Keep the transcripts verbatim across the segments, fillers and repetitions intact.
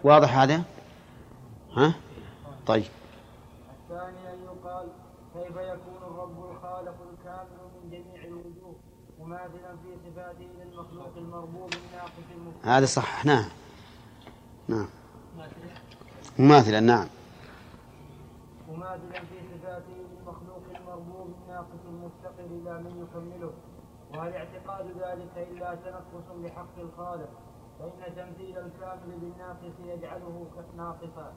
واضح هذا؟ ها؟ طيب. الثاني أن يقال كيف يكون الرب الخالق الكامل من جميع الوجوه مماثلا في صفاته للمخلوق المربوب الناقص المفتقر. هذا صححناه. نعم مماثلا. نعم مماثلا في صفاته للمخلوق المربوب الناقص المفتقر إلى من يكمله، وهل اعتقاد ذلك إلا تنقص بحق الخالق، فإن تمثيل الكامل بالناقص يجعله ناقصا.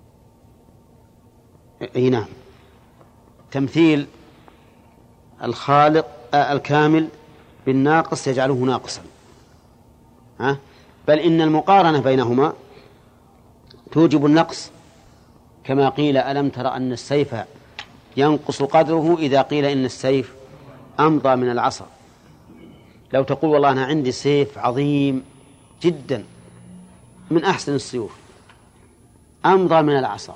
اي نعم، تمثيل الخالق آه الكامل بالناقص يجعله ناقصا. ها؟ بل إن المقارنة بينهما توجب النقص، كما قيل ألم تر أن السيف ينقص قدره إذا قيل إن السيف أمضى من العصا. لو تقول والله أنا عندي سيف عظيم جدا من أحسن السيوف أمضى من العصا،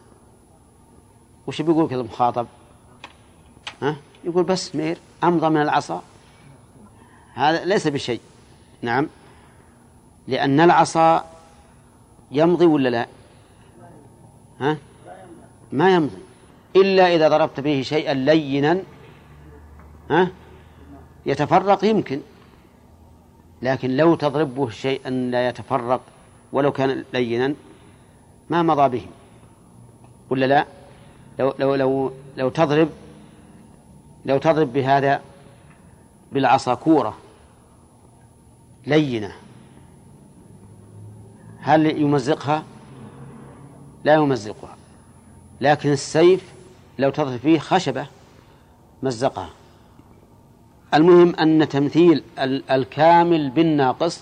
وش بيقول كذا المخاطب؟ ها؟ يقول بس مير أمضى من العصا، هذا ليس بشيء. نعم، لأن العصا يمضي ولا لا؟ ها؟ ما يمضي إلا إذا ضربت به شيئا لينا ها؟ يتفرق يمكن، لكن لو تضرب به شيئا لا يتفرق ولو كان لينا ما مضى به، ولا لا؟ لو لو لو لو تضرب لو تضرب بهذا بالعصا كورة لينة هل يمزقها؟ لا يمزقها. لكن السيف لو تضرب فيه خشبة مزقها. المهم أن تمثيل الكامل بالناقص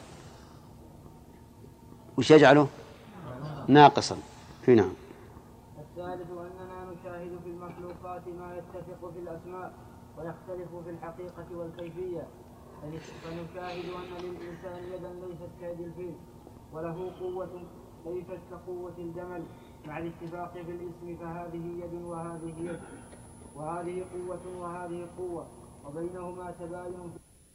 وش يجعله ناقصا. هنا الثالث أننا نشاهد في المخلوقات ما يتفق في الأسماء ويختلف في الحقيقة والكيفية، فنشاهد أن للإنسان يدا ليست كيد الفيل، وله قوة ليست كقوة الجمل، مع الاتفاق في الاسم فهذه يد وهذه يد، وهذه قوة وهذه قوة، وبينهما تباين.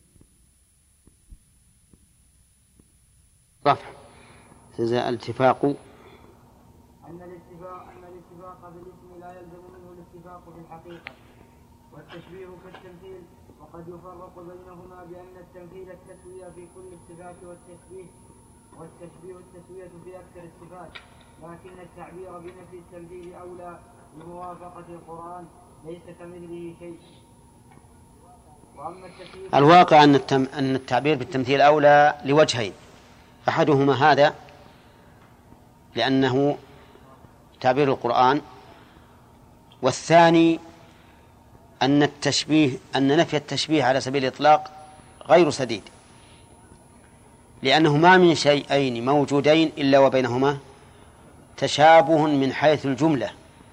رفع الاتفاق أن الاتفاق أن الاتفاق في الاسم لا يلزم منه الاتفاق في الحقيقة، والتشبيه كالتمثيل، وقد يفرق بينهما بأن التمثيل التسوية في كل الصفات والتشبيه والتشبيه التسوية في أكثر الصفات، لكن التعبير بنفي التمثيل أولى بموافقة القرآن ليس كمثله شيء. وأما التشبيه الواقع أن, التم... أن التعبير بالتمثيل أولى لوجهين، أحدهما هذا لأنه تعبير القرآن، والثاني أن التشبيه أن نفي التشبيه على سبيل الإطلاق غير سديد، لأنه ما من شيئين موجودين إلا وبينهما تشابه من حيث الجملة.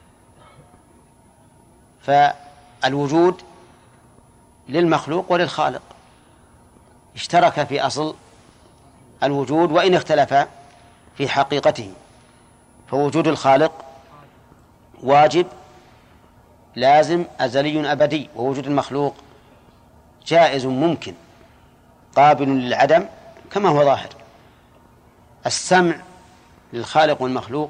فالوجود للمخلوق وللخالق اشترك في أصل الوجود وإن اختلف في حقيقته، فوجود الخالق واجب لازم أزلي أبدي، ووجود المخلوق جائز ممكن قابل للعدم كما هو ظاهر. السمع للخالق والمخلوق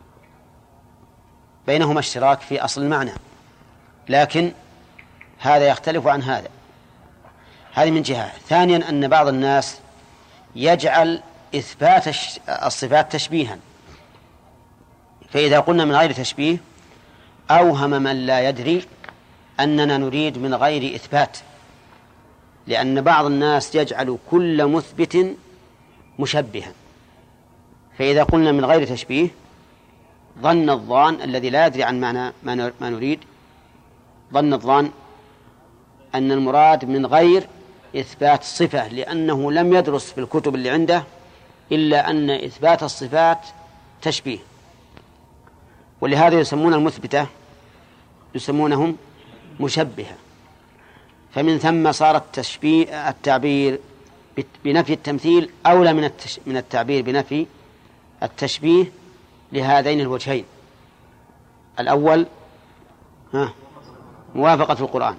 بينهما اشتراك في أصل المعنى، لكن هذا يختلف عن هذا. هذه من جهة. ثانيا أن بعض الناس يجعل إثبات الصفات تشبيها، فإذا قلنا من غير تشبيه أوهم من لا يدري أننا نريد من غير إثبات، لأن بعض الناس يجعل كل مثبت مشبها، فإذا قلنا من غير تشبيه ظن الظان الذي لا يدري عن معنى ما نريد، ظن الظان أن المراد من غير إثبات صفة، لأنه لم يدرس في الكتب اللي عنده إلا أن إثبات الصفات تشبيه، ولهذا يسمون المثبتة يسمونهم مشبهة. فمن ثم صار التشبيه التعبير بنفي التمثيل أولى من من التعبير بنفي التشبيه لهذين الوجهين. الأول ها موافقة القرآن،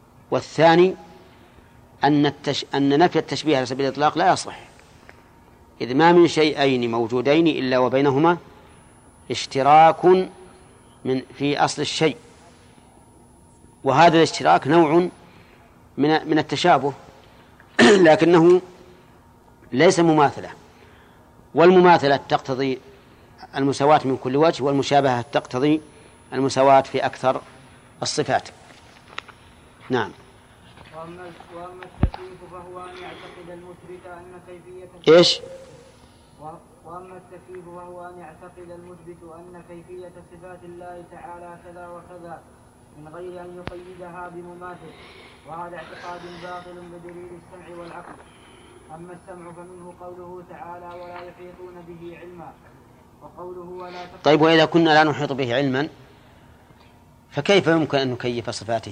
والثاني أن, التش... أن نفي التشبيه على سبيل الإطلاق لا يصح إذ ما من شيئين موجودين إلا وبينهما اشتراك من في أصل الشيء، وهذا الاشتراك نوع من من التشابه لكنه ليس مماثلة، والمماثلة تقتضي المساواة من كل وجه، والمشابهة تقتضي المساواة في أكثر الصفات. نعم. وأما التكييف فهو أن يعتقد المثبت أن كيفية إيش؟ وأما التكييف فهو أن يعتقد المثبت أن كيفية صفات الله تعالى كذا وكذا من غير أن يقيدها بمماثل، وهذا اعتقاد باطل بدليل السمع والعقل. أما السمع فمنه قوله تعالى ولا يحيطون به علما، وقوله ولا تقل. طيب، وإذا كنا لا نحيط به علما فكيف يمكن أن نكيف صفاته؟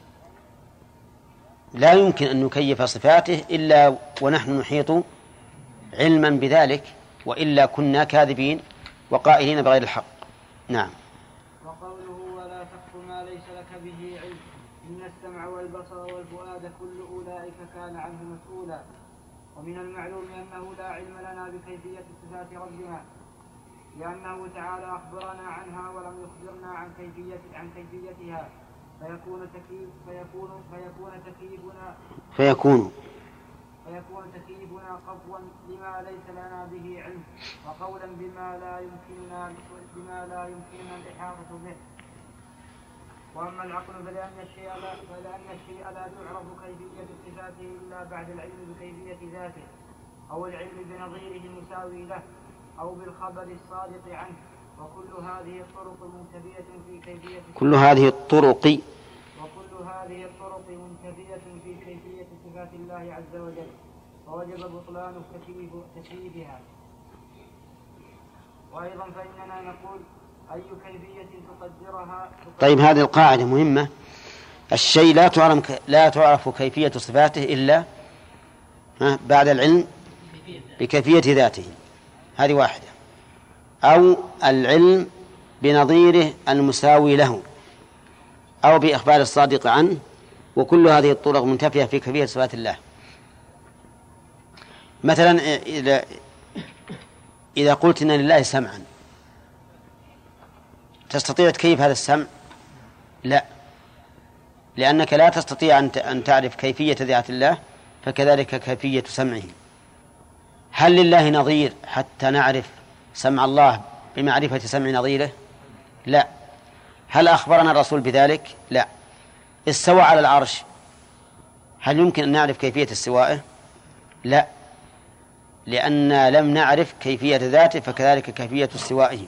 لا يمكن أن نكيف صفاته إلا ونحن نحيط علما بذلك، وإلا كنا كاذبين وقائلين بغير الحق. نعم. وقوله ولا تقف ما ليس لك به علم إن السمع والبصر والفؤاد كل أولئك كان عنه مسؤولا. ومن المعلوم أنه لا علم لنا بكيفية صفات ربنا، لأنه تعالى أخبرنا عنها ولم يخبرنا عن كيفية عن كيفيتها، فيكون تكييف فيكون فيكون تكييفنا فيكون فيكون تكييفنا قفوا لما ليس لنا به علم، وقولا بما لا يمكننا بما لا يمكننا الإحاطة به. وأما العقل فلأن الشيء لا فلأن الشيء لا يعرف كيفية صفاته إلا بعد العلم بكيفية ذاته، أو العلم بنظيره المساوي له، أو بالخبر الصادق عنه. وكل هذه الطرق منتفية في كيفية كل هذه الطرق وكل هذه الطرق منتفية في كيفية صفات الله عز وجل، فوجب بطلان تكييفها. وأيضا فإننا نقول أي كيفية تقدرها. طيب، هذه القاعدة مهمة. الشيء لا تعرف لا تعرف كيفية صفاته إلا بعد العلم بكيفية ذاته، هذه واحدة، أو العلم بنظيره المساوي له، أو بإخبار الصادق عنه. وكل هذه الطرق منتفية في كيفية صفات الله. مثلا إذا إذا قلت إن لله سمعا، تستطيع تكيف هذا السمع؟ لا، لأنك لا تستطيع أن تعرف كيفية ذات الله، فكذلك كيفية سمعه. هل لله نظير حتى نعرف سمع الله بمعرفة سمع نظيره؟ لا. هل أخبرنا الرسول بذلك؟ لا. استوى على العرش، هل يمكن أن نعرف كيفية استوائه؟ لا، لأن لم نعرف كيفية ذاته، فكذلك كيفية استوائه.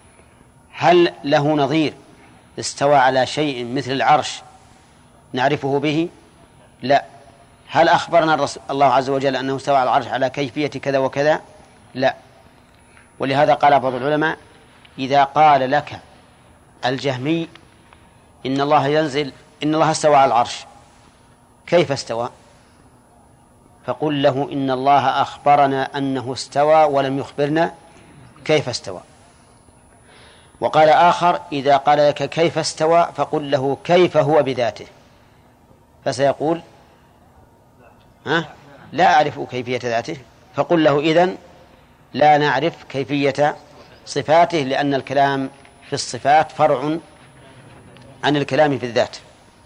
هل له نظير استوى على شيء مثل العرش نعرفه به؟ لا. هل أخبرنا الله عز وجل أنه استوى على العرش على كيفية كذا وكذا؟ لا. ولهذا قال بعض العلماء إذا قال لك الجهمي إن الله ينزل إن الله استوى على العرش، كيف استوى؟ فقل له إن الله أخبرنا أنه استوى ولم يخبرنا كيف استوى. وقال آخر إذا قال لك كيف استوى فقل له كيف هو بذاته، فسيقول ها لا أعرف كيفية ذاته، فقل له إذن لا نعرف كيفية صفاته، لأن الكلام في الصفات فرع عن الكلام في الذات.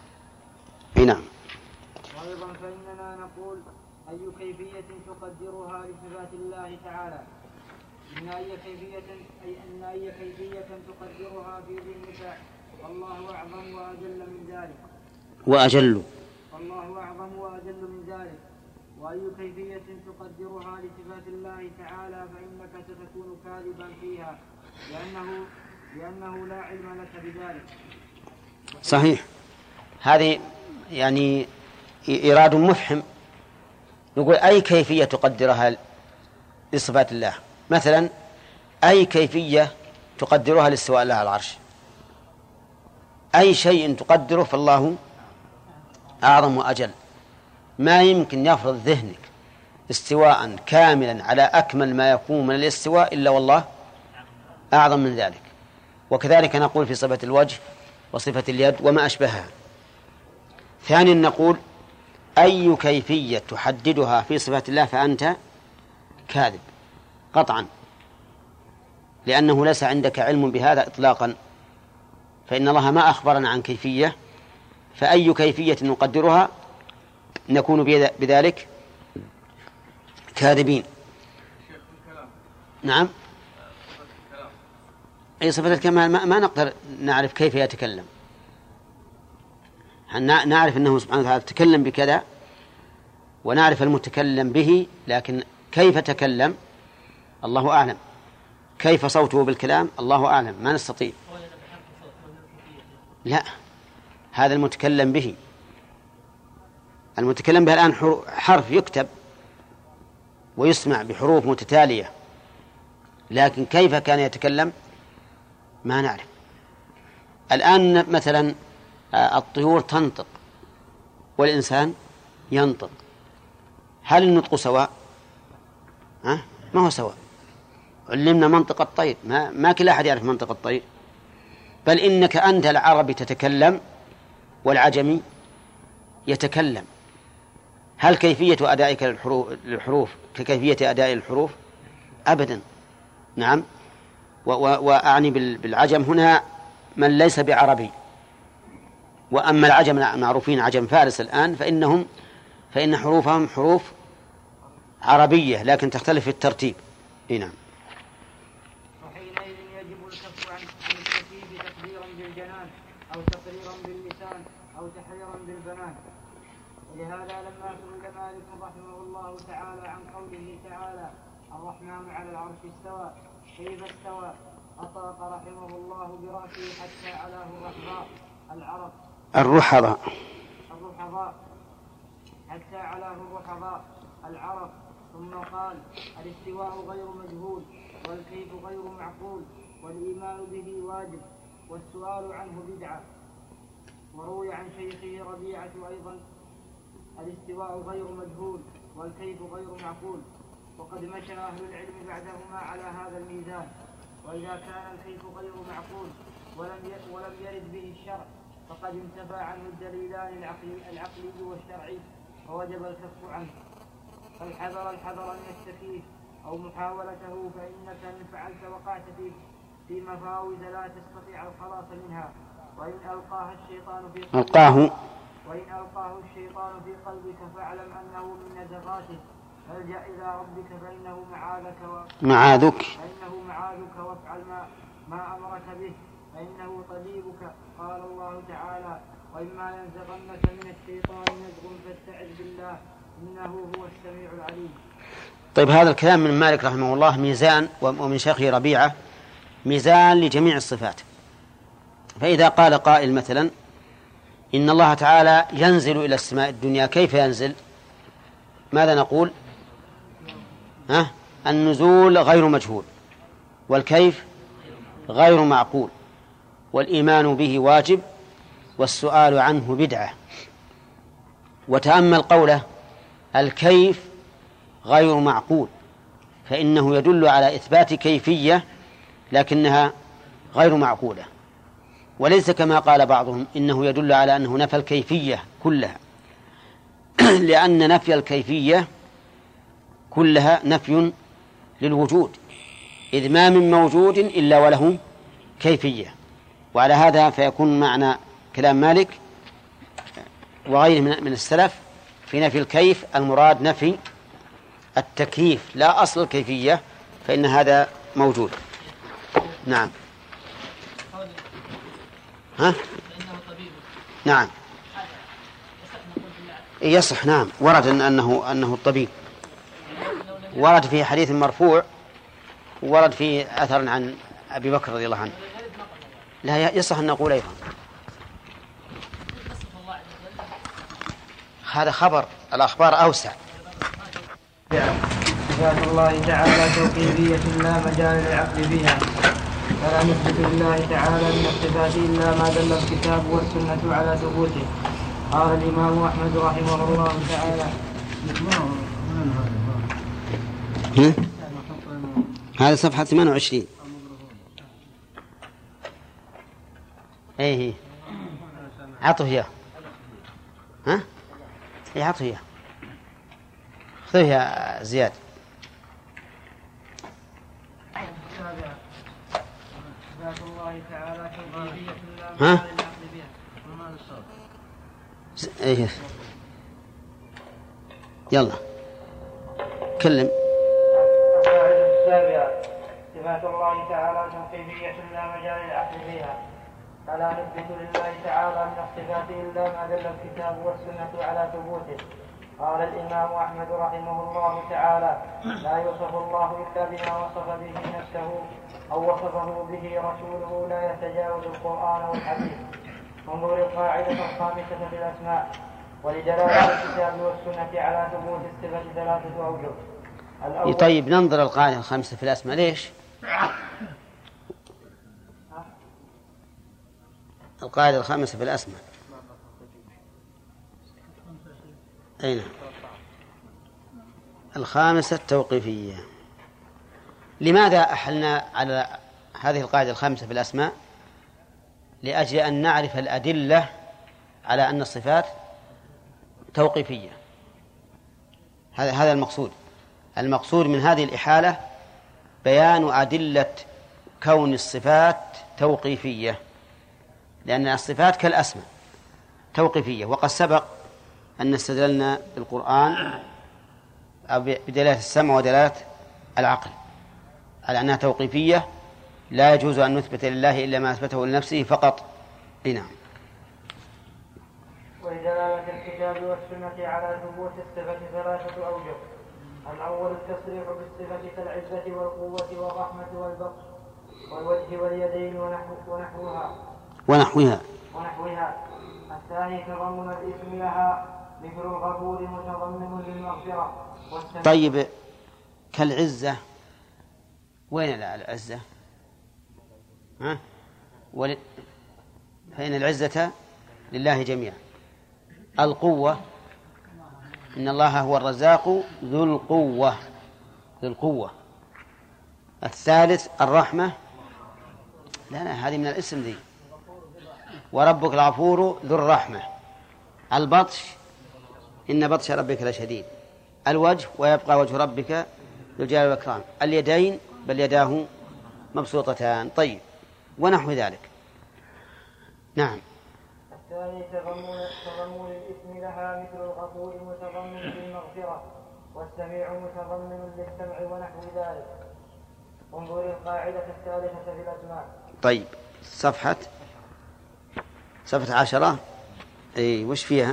نعم. وأيضا فإننا نقول أي كيفية تقدرها لصفات الله تعالى، إن أي كيفية أي أن أي كيفية تقدرها في ذهنك والله أعظم وأجل من ذلك. وأجل. والله أعظم وأجل من ذلك. وأي كيفية تقدرها لصفات الله تعالى فإنك ستكون كاذبا فيها، لأنه لأنه لا علم لك بذلك. صحيح. هذه يعني إيراد مفحم. نقول أي كيفية تقدرها لصفات الله، مثلا أي كيفية تقدرها لاستواء الله على العرش، أي شيء تقدره فالله أعظم وأجل. ما يمكن يفرض ذهنك استواء كاملا على أكمل ما يكون من الاستواء إلا والله أعظم من ذلك. وكذلك نقول في صفة الوجه وصفة اليد وما أشبهها. ثانيا نقول أي كيفية تحددها في صفات الله فأنت كاذب، قطعا، لأنه ليس عندك علم بهذا إطلاقا، فإن الله ما أخبرنا عن كيفية، فأي كيفية نقدرها نكون بذلك كاذبين. نعم، أي صفة الكمال ما نقدر نعرف كيف يتكلم، نعرف أنه سبحانه وتعالى تكلم بكذا ونعرف المتكلم به، لكن كيف تكلم الله أعلم، كيف صوته بالكلام الله أعلم، ما نستطيع. لا، هذا المتكلم به، المتكلم به الآن حرف يكتب ويسمع بحروف متتالية، لكن كيف كان يتكلم ما نعرف. الآن مثلا الطيور تنطق والإنسان ينطق، هل النطق سواء؟ ها؟ ما هو سواء. علمنا منطق الطير، ما, ما كل أحد يعرف منطق الطير، بل إنك أنت العربي تتكلم والعجمي يتكلم. هل كيفية أدائك للحروف ككيفية أداء الحروف؟ أبدا. نعم، وأعني بالعجم هنا من ليس بعربي، وأما العجم المعروفين عجم فارس الآن فإنهم فإن حروفهم حروف عربية لكن تختلف في الترتيب. نعم. وحينئذ يجب الكف عن التكييف تقديرا بالجنان أو تقريرا باللسان أو تحريرا بالبنان. ولهذا لما سئل مالك رحمه الله تعالى عن قوله تعالى الرحمن على العرش استوى كيف استوى، أطلق رحمه الله برأسه حتى علاه الرحضاء العرب الرحضاء الرحضاء حتى علاه الرحضاء العرب، ثم قال الاستواء غير مجهول والكيف غير معقول والإيمان به واجب والسؤال عنه بدعة. وروي عن شيخه ربيعة أيضا الاستواء غير مجهول والكيف غير معقول، وقد مشى أهل العلم بعدهما على هذا الميزان. وإذا كان الكيف غير معقول ولم ولم يرد به الشرع فقد انتفى عنه الدليلان العقلي, العقلي والشرعي فوجب الكف عنه. فالحذر الحذر من التكييف أو محاولته، فإنك إن فعلت وقعت في في مفاوز لا تستطيع الخلاص منها. وإن ألقاها الشيطان في قلبك ألقاه وإن ألقاه الشيطان في قلبك فاعلم أنه من نزغاته، فالجأ إلى ربك فإنه معاذك و... معاذك فإنه معاذك وافعل ما, ما أمرك به فإنه طبيبك. قال الله تعالى وإما ينزغنك من الشيطان نزغ فاستعذ بالله إنه هو السميع العليم. طيب، هذا الكلام من مالك رحمه الله ميزان، ومن شيخه ربيعة ميزان لجميع الصفات. فإذا قال قائل مثلا إن الله تعالى ينزل إلى السماء الدنيا، كيف ينزل؟ ماذا نقول؟ ها؟ النزول غير مجهول والكيف غير معقول والإيمان به واجب والسؤال عنه بدعة. وتأمل قوله الكيف غير معقول، فإنه يدل على إثبات كيفية لكنها غير معقولة، وليس كما قال بعضهم إنه يدل على أنه نفى الكيفية كلها لأن نفي الكيفية كلها نفي للوجود، إذ ما من موجود إلا وله كيفية. وعلى هذا فيكون معنى كلام مالك وغيره من السلف في نفي الكيف المراد نفي التكييف لا أصل الكيفية، فإن هذا موجود. نعم. ها؟ نعم يصح. نعم، ورد أنه أنه الطبيب، ورد في حديث مرفوع، ورد في أثر عن أبي بكر رضي الله عنه. لا يصح أن نقول أيضا هذا خبر، الأخبار أوسع. صفات الله تعالى توقيفية لا مجال للعقل بها، فلا نثبت لله تعالى من الصفات إلا ما دل الكتاب والسنة على ثبوته. قال الإمام أحمد رحمه الله تعالى هذا صفحة ثمانية وعشرين. ايه عطه اياه. ها ايه عطه اياه، خذه يا زياد. السابعة صفات الله تعالى توقيفية لا ها؟ مجال للعقل بها. وما الصوت؟ ايه يلا كلم. القاعدة السابعة صفات الله تعالى توقيفية لا مجال للعقل بها. فلا نثبت لله تعالى من الصفات إلا ما دل الكتاب والسنة على ثبوته. قال الإمام أحمد رحمه الله تعالى: لا يوصف الله إلا بما وصف به نفسه أو وصفه به رسوله، لا يتجاوز القرآن والحديث. انظر القاعدة الخامسة في الأسماء. ولدلالة الكتاب والسنة على ثبوت الصفة ثلاثة أوجه. الأول طيب ننظر القاعدة الخامسة في الأسماء. ليش؟ القاعدة الخامسة في الأسماء أين؟ الخامسة التوقيفية. لماذا أحلنا على هذه القاعدة الخامسة في الأسماء؟ لأجل أن نعرف الأدلة على أن الصفات توقيفية. هذا هذا المقصود. المقصود من هذه الإحالة بيان أدلة كون الصفات توقيفية، لأن الصفات كالأسماء توقيفية. وقد سبق أن استدلنا بالقرآن بدلالة السمع ودلالة العقل على أنها توقيفية، لا يجوز أن نثبت لله إلا ما أثبته لنفسه فقط. نعم. ولدلالة الكتاب والسنة على ثبوت الصفة ثلاثة أوجه. الأول التصريح بالصفة كالعزة والقوة والرحمة والبطش والوجه واليدين ونحو ونحوها ونحوها ونحوها. الثاني تضمن الاسم لها مثل الغفور متضمن للمغفرة. طيب كالعزة، وين العزة؟ ها؟ ول... فإن العزة لله جميعا. القوة إن الله هو الرزاق ذو القوة ذو القوة. الثالث الرحمة، لا لا هذه من الاسم ذي، وربك الغفور ذو الرحمة. البطش إن بطش ربك لشديد. الوجه ويبقى وجه ربك ذو الجلال والإكرام. اليدين بل يداه مبسوطتان. طيب ونحو ذلك. نعم. الثاني تضمن تضمن الاسم لها مثل الغفور متضمن للمغفرة، والسميع متضمن للسمع ونحو ذلك. انظر القاعدة الثالثة في الأسماء. طيب صفحة صفحة عشرة. اي وش فيها؟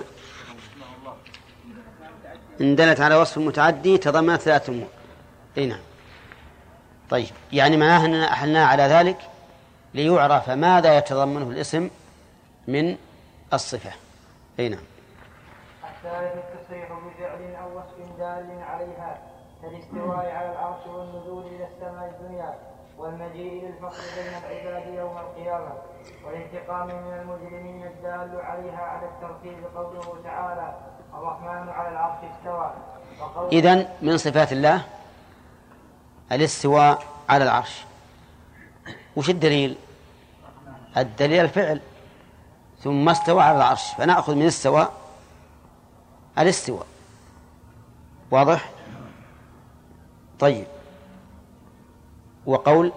إن دلت على وصف متعدي تضمنت ثلاثة أمور. اي نعم. طيب يعني معناها أننا أحلنا على ذلك ليعرف ماذا يتضمنه الاسم من الصفة. اي نعم. الثالث التصريح بفعل أو وصف دال عليها كالاستواء على العرش والنزول إلى السماء الدنيا والمجيء للفصل بين العباد يوم القيامة والانتقام من المجرمين الدال عليها على الترتيب قوله تعالى الرحمن على العرش استوى. إذن من صفات الله الاستواء على العرش. وش الدليل؟ الدليل الفعل ثم استوى على العرش، فنأخذ من استوى الاستواء. واضح؟ طيب وقول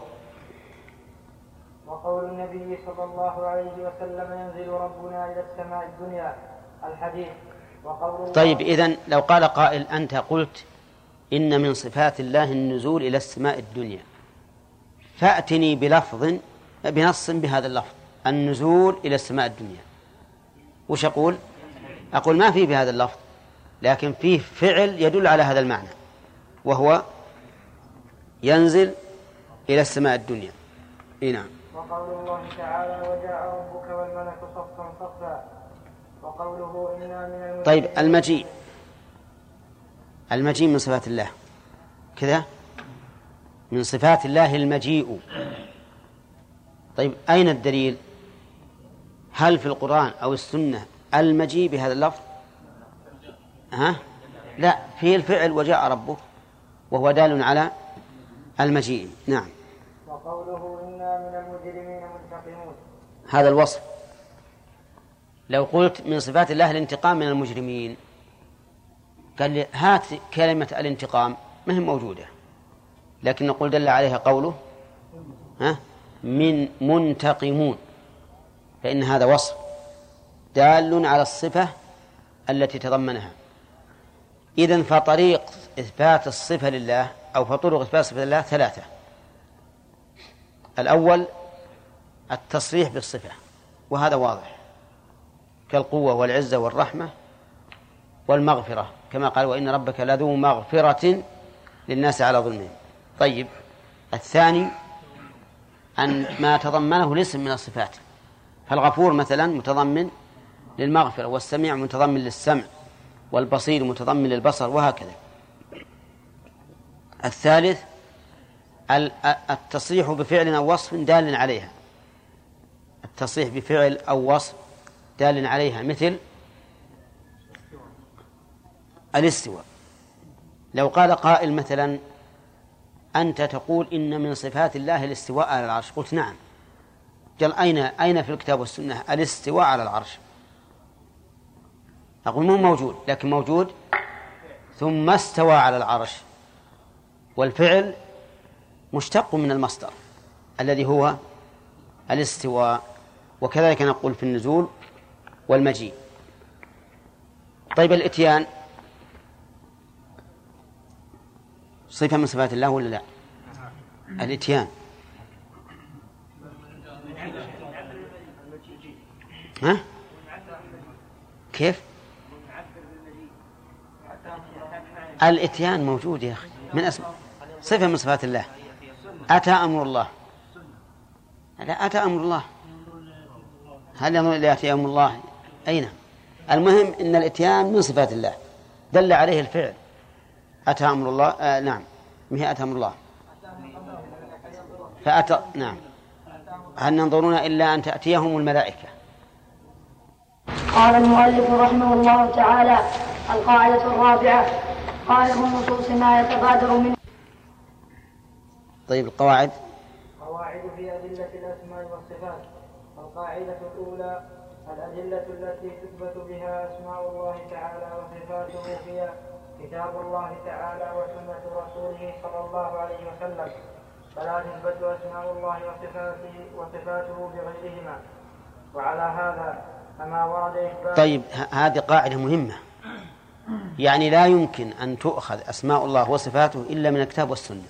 وقول النبي صلى الله عليه وسلم ينزل ربنا إلى السماء الدنيا الحديث. وقول طيب إذن لو قال قائل أنت قلت إن من صفات الله النزول إلى السماء الدنيا، فأتني بلفظ بنص بهذا اللفظ النزول إلى السماء الدنيا، وش أقول؟ أقول ما فيه بهذا اللفظ، لكن فيه فعل يدل على هذا المعنى وهو ينزل إلى السماء الدنيا. إيه نعم. وقول الله تعالى وجاء ربك والملك صفا صفا. وقوله إنا من المجيء. طيب المجيء المجيء من صفات الله كذا، من صفات الله المجيء. طيب أين الدليل؟ هل في القرآن أو السنة المجيء بهذا اللفظ؟ ها؟ لا، فيه الفعل وجاء ربك وهو دال على المجيء. نعم. وقوله إنا من المجرمين منتقمون، هذا الوصف. لو قلت من صفات الله الانتقام من المجرمين، قال لي هات كلمة الانتقام ما هي موجودة، لكن نقول دل عليها قوله ها من منتقمون، فإن هذا وصف دال على الصفة التي تضمنها. إذن فطريق إثبات الصفة لله أو فطرق إثبات الصفة لله ثلاثة. الأول التصريح بالصفة، وهذا واضح كالقوة والعزة والرحمة والمغفرة، كما قال وإن ربك لذو مغفرة للناس على ظلمهم. طيب، الثاني أن ما تضمنه الاسم من الصفات، فالغفور مثلا متضمن للمغفرة، والسميع متضمن للسمع، والبصير متضمن للبصر، وهكذا. الثالث التصريح بفعل أو وصف دال عليها، التصريح بفعل أو وصف دال عليها، مثل الاستواء. لو قال قائل مثلا أنت تقول إن من صفات الله الاستواء على العرش، قلت نعم. قال أين أين في الكتاب والسنة الاستواء على العرش؟ أقول مو موجود، لكن موجود ثم استوى على العرش، والفعل مشتق من المصدر الذي هو الاستواء. وكذلك نقول في النزول والمجيء. طيب، الإتيان صفة من صفات الله ولا لا؟ الإتيان ها؟ كيف؟ الإتيان موجود يا أخي، من أسم صفة من صفات الله. أتى أمر الله، لا أتى أمر الله، هل ينظر إلى يأتي أمر الله؟ أين؟ المهم إن الإتيان من صفات الله دل عليه الفعل. أتى أمر الله، آه نعم، مه أتى أمر الله فأتى، نعم. هل ينظرون إلا أن تأتيهم الملائكة. قال المؤلف رحمه الله تعالى: القاعدة الرابعة قائد النصوص ما يتبادر منه. طيب، القواعد قواعد في أدلة الأسماء والصفات. القاعدة الأولى: الأدلة التي تثبت بها أسماء الله تعالى وصفاته هي كتاب الله تعالى وسنة رسوله صلى الله عليه وسلم، فلا تثبت أسماء الله وصفاته وصفاته بغيرهما. وعلى هذا فما ورد إثبات. طيب، هذه قاعدة مهمة، يعني لا يمكن أن تؤخذ أسماء الله وصفاته إلا من الكتاب والسنة.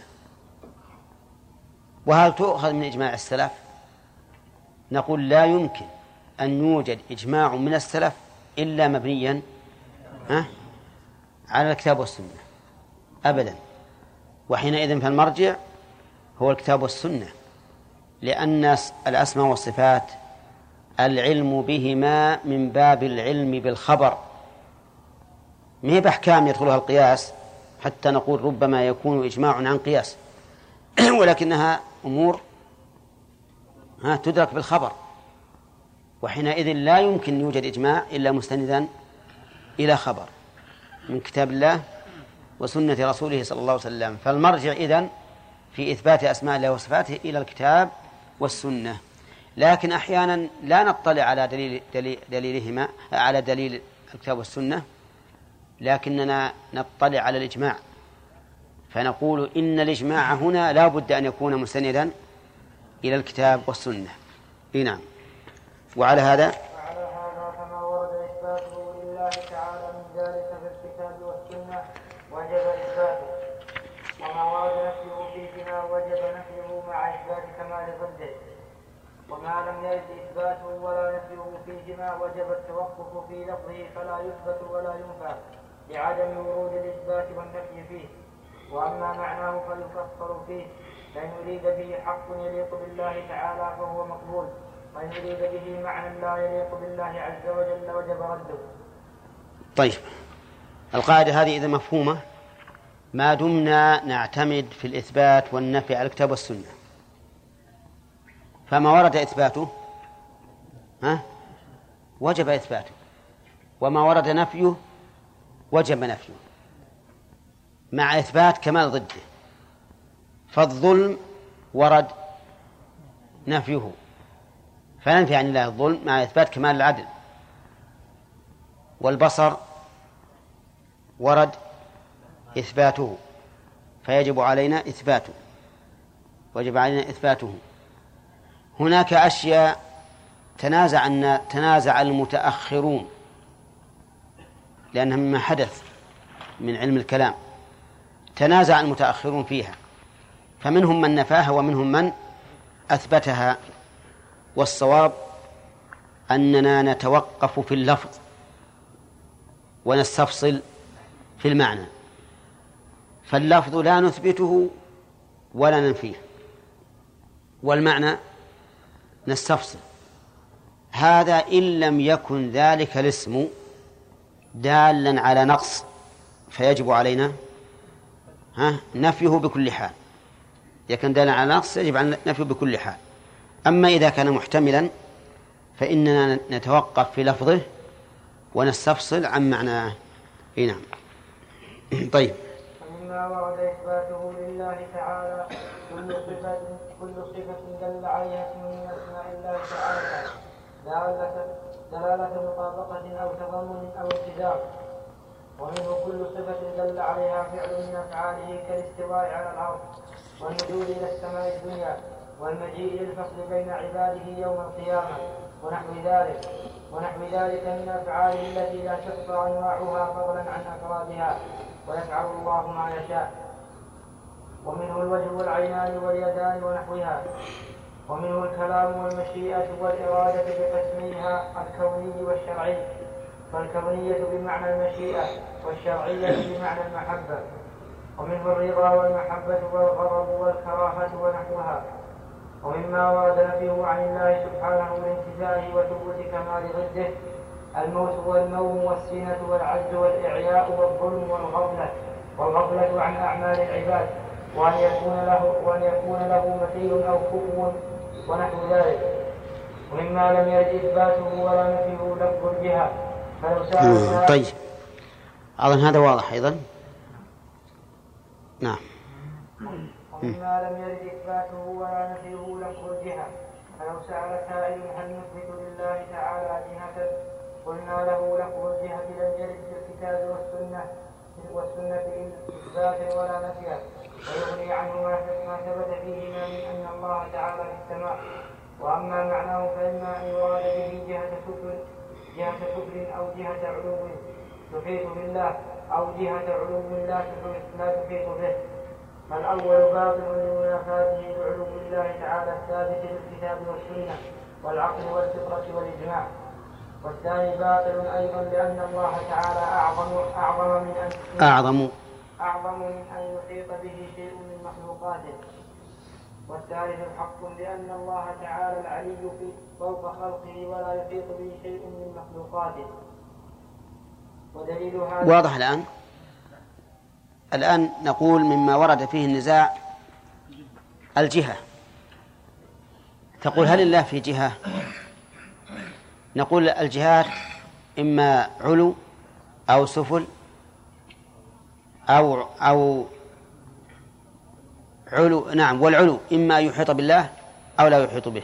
وهل تؤخذ من إجماع السلف؟ نقول لا يمكن أن يوجد إجماع من السلف إلا مبنيا ها على الكتاب والسنة أبدا. وحينئذ فالمرجع هو الكتاب والسنة، لأن الأسماء والصفات العلم بهما من باب العلم بالخبر، ما هي بأحكام يدخلها القياس حتى نقول ربما يكون إجماع عن قياس ولكنها أمور ها تدرك بالخبر. وحينئذ لا يمكن يوجد إجماع إلا مستندا إلى خبر من كتاب الله وسنة رسوله صلى الله عليه وسلم. فالمرجع إذن في إثبات أسماء الله وصفاته إلى الكتاب والسنة. لكن أحيانا لا نطلع على دليل دليل دليلهما على دليل الكتاب والسنة، لكننا نطلع على الإجماع، فنقول إن الإجماع هنا لا بد أن يكون مستندا إلى الكتاب والسنة. نعم. وعلى هذا وعلى هذا فما ورد إثباته لله تعالى من ذلك في الكتاب والسنة وجب إثباته، وما ورد نفيه فيهما وجب نفيه مع إثبات كمال ضده، وما لم يرد إثباته ولا نفيه فيهما وجب التوقف في لفظه فلا يثبت ولا ينفى لعدم ورود الإثبات والنفي فيه. وأما معناه فيكفر فيه، فإن يريد به حق يليق بالله تعالى فهو مقبول، وإن يريد به معنى لا يليق بالله عز وجل وجب رده. طيب، القاعدة هذه إذا مفهومة ما دمنا نعتمد في الإثبات والنفي على الكتاب والسنة، فما ورد إثباته ها وجب إثباته، وما ورد نفيه وجب نفيه مع إثبات كمال ضده. فالظلم ورد نفيه فننفي عن الله الظلم مع إثبات كمال العدل، والبصر ورد إثباته فيجب علينا إثباته. وجب علينا إثباته. هناك أشياء تنازع أن تنازع المتأخرون لأنها مما حدث من علم الكلام، تنازع المتأخرون فيها، فمنهم من نفاها ومنهم من أثبتها. والصواب أننا نتوقف في اللفظ ونستفصل في المعنى، فاللفظ لا نثبته ولا ننفيه، والمعنى نستفصل. هذا إن لم يكن ذلك الاسم دالا على نقص فيجب علينا ها نفيه بكل حال. إذا كان دالا على نقص يجب علينا نفيه بكل حال. أما إذا كان محتملا فإننا نتوقف في لفظه ونستفصل عن معناه. نعم. طيب. ومما ورد إثباته لله تعالى كل صفة كل صفة دل عليها اسم من أسماء الله تعالى دالة دلالة مطابقة أو تضمن أو التزام. ومنه كل صفة دل عليها فعل من أفعاله كالاستواء على الأرض والنزول إلى السماء الدنيا والمجيء للفصل بين عباده يوم القيامة ونحو ذلك ونحو ذلك من أفعاله التي لا تحصى أنواعها فضلا عن أفرادها ويفعل الله ما يشاء. ومنه الوجه والعينان واليدان ونحوها. ومنه الكلام والمشيئة والإرادة بقسميها الكوني والشرعي، فالكونية بمعنى المشيئة والشرعية بمعنى المحبة. ومنه الرضا والمحبة والغضب والكراهة ونحوها. ومما ورد نفيه عن الله سبحانه من انتزاعه وثبوت كمال ضده الموت والنوم والسنة والعجز والإعياء والظلم والغفلة والغفلة عن أعمال العباد وأن يكون له وأن يكون له مثيل أو كفو ونحو ذلك. ومما لم يرد إثباته ولا نفيه لفظ الجهة فلو سألنا. طيب أظن هذا واضح أيضا. نعم. ومما لم يرد إثباته ولا نفيه لفظ الجهة فلو سأل سائل هل نثبت لله تعالى جهة قلنا له لفظ الجهة لم يرد في الكتاب والسنة والسنة إثباتا ولا نفيا ويغني عنه ما ثبت فيهما من أن الله تعالى في السماء. وأما معناه فإما أن يراد به جهة سفل جهة سفل أو جهة علو تحيط بالله أو جهة علو لا تحيط به. فالأول باطل لمنافاته بعلو الله تعالى الثابت بالكتاب والسنة والعقل والفطرة والإجماع. والثاني باطل أيضا لأن الله تعالى أعظم أعظم من أن أعظم أعظم من أن يحيط به شيء من مخلوقاته. والثالث حق لأن الله تعالى العلي في فوق خلقه ولا يحيط به شيء من مخلوقاته. ودليل هذا واضح الآن. الآن نقول مما ورد فيه النزاع الجهة. تقول هل الله في جهة؟ نقول الجهات إما علو أو سفل أو أو علو. نعم. والعلو إما يحيط بالله أو لا يحيط به.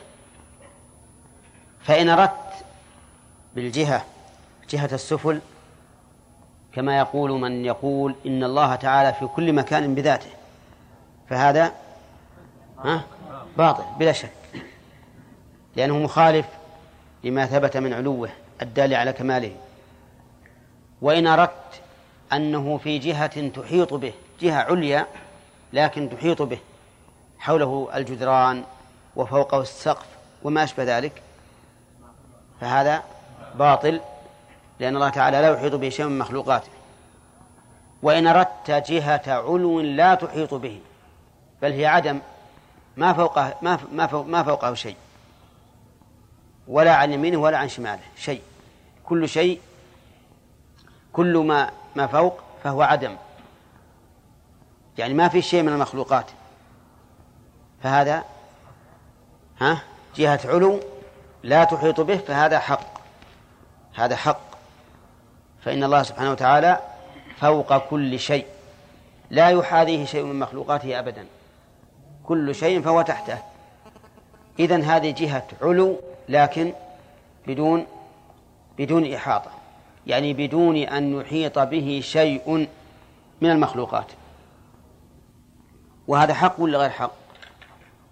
فإن أردت بالجهة جهة السفل كما يقول من يقول إن الله تعالى في كل مكان بذاته فهذا ها باطل بلا شك، لأنه مخالف لما ثبت من علوه الدال على كماله. وإن أردت أنه في جهة تحيط به جهة عليا لكن تحيط به حوله الجدران وفوقه السقف وما أشبه ذلك فهذا باطل، لأن الله تعالى لا يحيط به شيء من مخلوقاته. وإن أردت جهة علو لا تحيط به بل هي عدم ما فوقه ما ما فوق ما فوقه شيء ولا عن يمينه ولا عن شماله شيء، كل شيء كل ما ما فوق فهو عدم، يعني ما في شيء من المخلوقات، فهذا ها جهة علو لا تحيط به فهذا حق، هذا حق. فإن الله سبحانه وتعالى فوق كل شيء لا يحاذيه شيء من مخلوقاته أبدا، كل شيء فهو تحته. إذن هذه جهة علو لكن بدون بدون إحاطة، يعني بدون أن يحيط به شيء من المخلوقات. وهذا حق ولا غير حق؟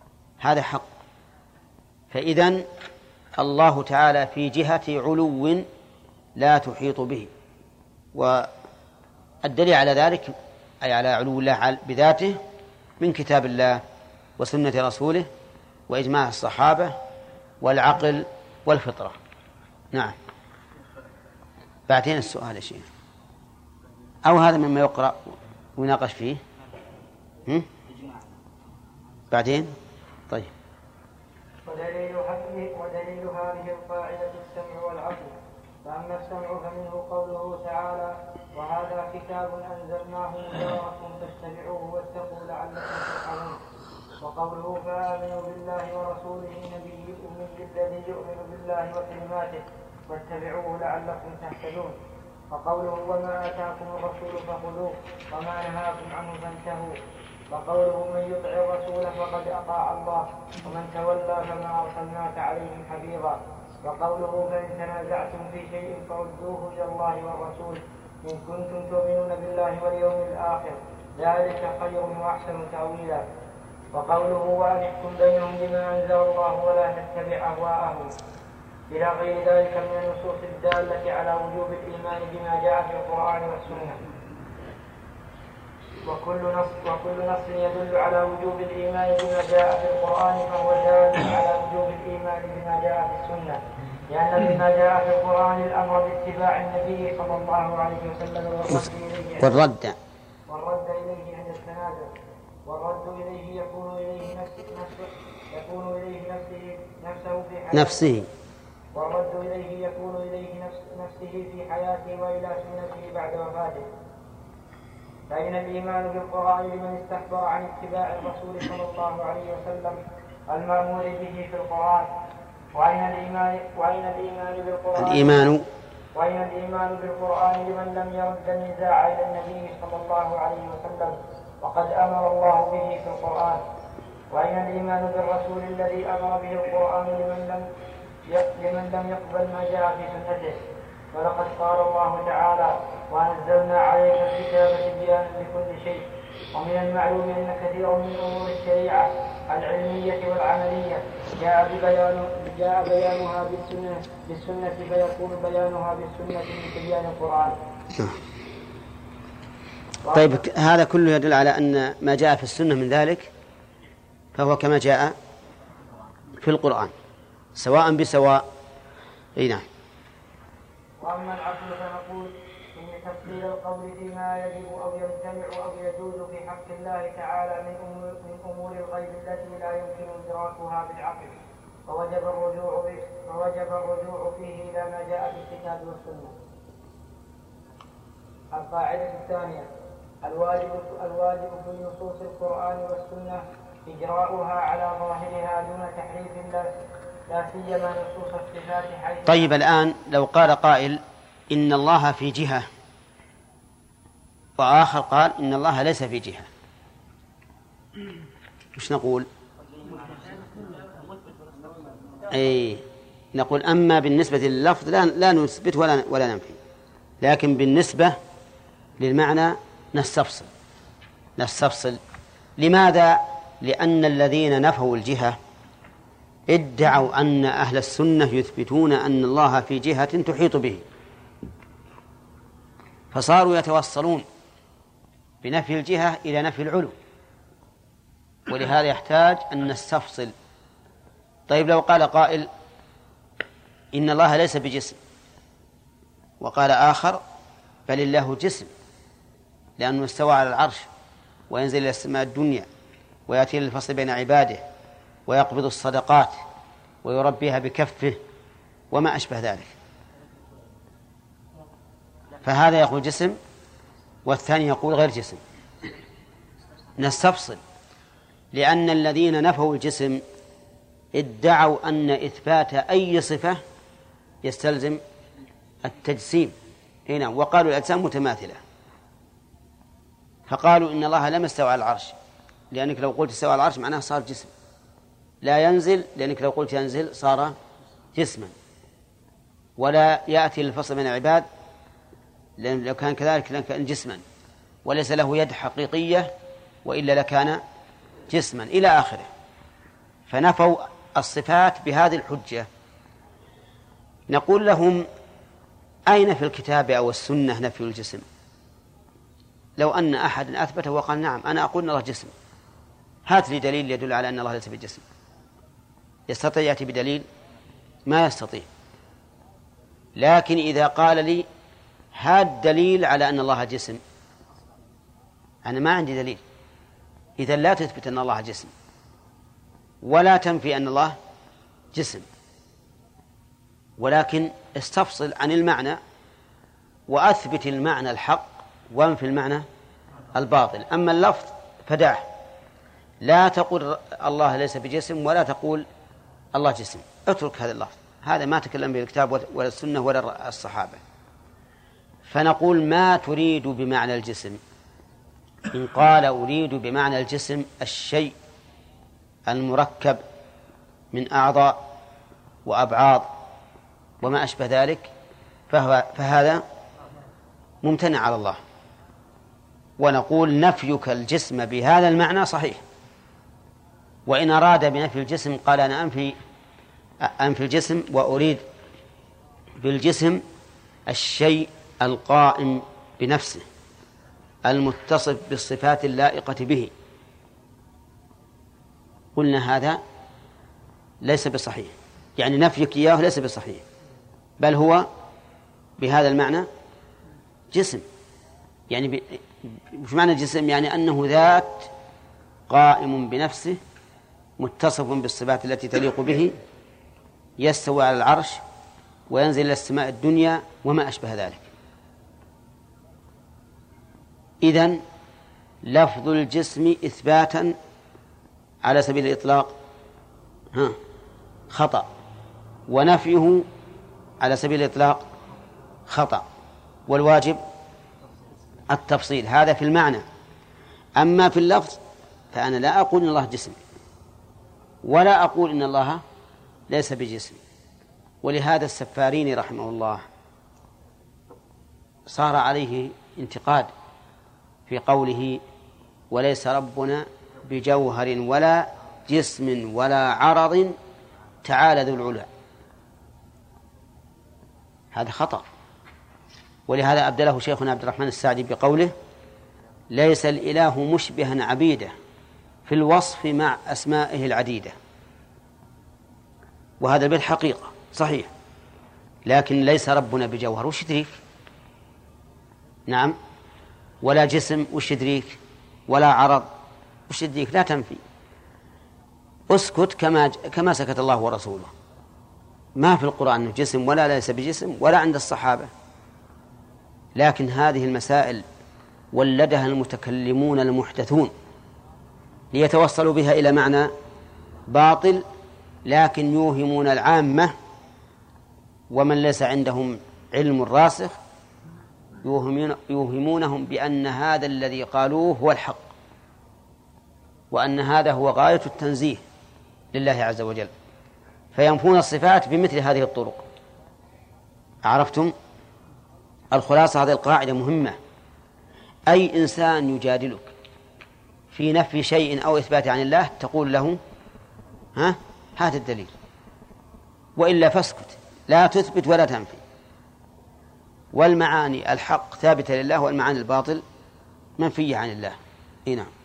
هذا حق. فإذن الله تعالى في جهة علو لا تحيط به، والدليل على ذلك أي على علو الله بذاته من كتاب الله وسنة رسوله وإجماع الصحابة والعقل والفطرة. نعم. بعدين السؤال يا شيخ، أو هذا مما يقرأ ويناقش فيه هم؟ بعدين طيب. ودليل هذه ودليل هذه القاعدة السمع والعقل. فأما السمع فمنه قوله تعالى: وهذا كتاب أنزلناه مبارك فاتبعوه واتقوا لعلكم ترحمون. وقوله: فآمنوا بالله ورسوله النبي الأمي الذي يؤمن بالله وكلماته واتبعوه لعلكم تهتدون. وقوله: وما آتاكم الرسول فخذوه وما نهاكم عنه فانتهوا. وقوله: من يطع الرسول فقد أطاع الله ومن تولى فما أرسلناك عليهم حفيظا. وقوله: فإن تنازعتم في شيء فردوه إلى الله والرسول إن كنتم تؤمنون بالله واليوم الآخر ذلك خير وأحسن تأويلا. وقوله: وأن احكم بينهم بما أنزل الله ولا تتبع أهواءهم إلى غير ذلك من النصوص الدالة على وجوب الإيمان بما جاء في القرآن والسنة. وكل نص وكل نص يدل على وجوب الإيمان بما جاء في القرآن فهو دال على وجوب الإيمان بما جاء في السنة، لأن بما جاء في القرآن الأمر باتباع النبي صلى الله عليه وسلم والرد والرد إليه عند التنازع. والرد إليه يكون إليه نفسه يكون إليه نفسه نفسه في حياته نفسه والرد إليه يكون إليه نفس نفسه في حياته وإلى سنته بعد وفاته. فإن الإيمان بالقرآن لمن استكبر عن اتباع الرسول صلى الله عليه وسلم المأمور به في القرآن. وأين الإيمان وأين الإيمان بالقرآن الإيمان وأين الإيمان بالقرآن لمن لم يرد النزاع إلى النبي صلى الله عليه وسلم وقد أمر الله به في القرآن. وأين الإيمان بالرسول الذي أمر به القرآن لمن لم لمن لم يقبل ما جاء في سنته. ولقد قال الله تعالى: وأنزلنا عليك الكتاب تبيانا لكل شيء. ومن المعلوم أن كثيرا من أمور الشريعة العلمية والعملية جاء بيان جاء بيانها بالسنة بالسنة فيكون بيانها بالسنة من تبيان القرآن. طيب، هذا كله يدل على أن ما جاء في السنة من ذلك فهو كما جاء في القرآن سواء بسواء. اي نعم. واما العقل فنقول ان تفصيل القول فيما يجب او يمتنع او يجوز في حق الله تعالى من امور من امور الغيب التي لا يمكن ادراكها بالعقل، فوجب الرجوع فوجب الرجوع فيه الى ما جاء في الكتاب والسنه. القاعده الثانيه: الواجب الواجب في نصوص القرآن والسنه إجراؤها على ظاهرها دون تحريف لا لا سيما نصوص الصفات حيث. طيب، الآن لو قال قائل إن الله في جهة وآخر قال إن الله ليس في جهة، مش نقول؟ أي نقول أما بالنسبة لللفظ لا, لا نثبت ولا, ولا ننفي، لكن بالنسبة للمعنى نستفصل نستفصل لماذا؟ لأن الذين نفوا الجهة ادعوا أن أهل السنة يثبتون أن الله في جهة تحيط به، فصاروا يتوصلون بنفي الجهة إلى نفي العلو، ولهذا يحتاج أن نستفصل. طيب، لو قال قائل إن الله ليس بجسم، وقال آخر بل الله جسم لأنه استوى على العرش وينزل إلى السماء الدنيا ويأتي للفصل بين عباده ويقبض الصدقات ويربيها بكفه وما أشبه ذلك، فهذا يقول جسم والثاني يقول غير جسم. نستفصل، لأن الذين نفوا الجسم ادعوا أن إثبات أي صفة يستلزم التجسيم هنا، وقالوا الأجسام متماثلة، فقالوا إن الله لم يستوى على العرش، لأنك لو قلت استوى على العرش معناه صار جسم. لا ينزل، لأنك لو قلت ينزل صار جسما. ولا يأتي للفصل بين العباد، لأن لو كان كذلك لكان جسما. وليس له يد حقيقية، وإلا لكان جسما، إلى آخره. فنفوا الصفات بهذه الحجة. نقول لهم: أين في الكتاب أو السنة نفي الجسم؟ لو أن أحد أثبته وقال: نعم أنا أقول أن الله جسم، هات لي دليل يدل على أن الله ليس بجسم. يستطيع يأتي بدليل؟ ما يستطيع. لكن إذا قال لي: هات دليل على أن الله جسم، أنا ما عندي دليل، إذن لا تثبت أن الله جسم ولا تنفي أن الله جسم، ولكن استفصل عن المعنى وأثبت المعنى الحق وانفي المعنى الباطل. أما اللفظ فدعه، لا تقول الله ليس بجسم ولا تقول الله جسم، اترك هذا اللفظ، هذا ما تكلم به الكتاب ولا السنة ولا الصحابة. فنقول: ما تريد بمعنى الجسم؟ إن قال: أريد بمعنى الجسم الشيء المركب من أعضاء وأبعاض وما أشبه ذلك، فهو فهذا ممتنع على الله، ونقول: نفيك الجسم بهذا المعنى صحيح. وإن أراد بنفي الجسم قال: أنا أنفي أنفي الجسم وأريد بالجسم الشيء القائم بنفسه المتصف بالصفات اللائقة به، قلنا هذا ليس بصحيح، يعني نفيك إياه ليس بصحيح، بل هو بهذا المعنى جسم. يعني ب... وش معنى جسم؟ يعني أنه ذات قائم بنفسه متصف بالصفات التي تليق به، يستوي على العرش وينزل إلى السماء الدنيا وما أشبه ذلك. إذن لفظ الجسم إثباتا على سبيل الإطلاق ها خطأ، ونفيه على سبيل الإطلاق خطأ، والواجب التفصيل. هذا في المعنى. أما في اللفظ فأنا لا أقول إن الله جسم ولا أقول إن الله ليس بجسم. ولهذا السفاريني رحمه الله صار عليه انتقاد في قوله: وليس ربنا بجوهر ولا جسم ولا عرض تعالى ذو العلا. هذا خطأ. ولهذا أبدله شيخنا عبد الرحمن السعدي بقوله: ليس الإله مشبها عبيده في الوصف مع أسمائه العديدة. وهذا بالحقيقة صحيح، لكن ليس ربنا بجوهر، وش يدريك؟ نعم. ولا جسم، وش يدريك؟ ولا عرض، وش يدريك؟ لا تنفي، اسكت كما كما سكت الله ورسوله. ما في القرآن أنه جسم ولا ليس بجسم ولا عند الصحابة. لكن هذه المسائل ولدها المتكلمون المحدثون ليتوصلوا بها إلى معنى باطل، لكن يوهمون العامة ومن ليس عندهم علم راسخ يوهمونهم بأن هذا الذي قالوه هو الحق، وأن هذا هو غاية التنزيه لله عز وجل، فينفون الصفات بمثل هذه الطرق. عرفتم؟ الخلاصة هذه القاعدة مهمة. أي إنسان يجادلك في نفي شيء أو إثبات عن الله تقول له: ها هات الدليل، وإلا فاسكت، لا تثبت ولا تنفي. والمعاني الحق ثابتة لله، والمعاني الباطل منفية عن الله. إيه نعم.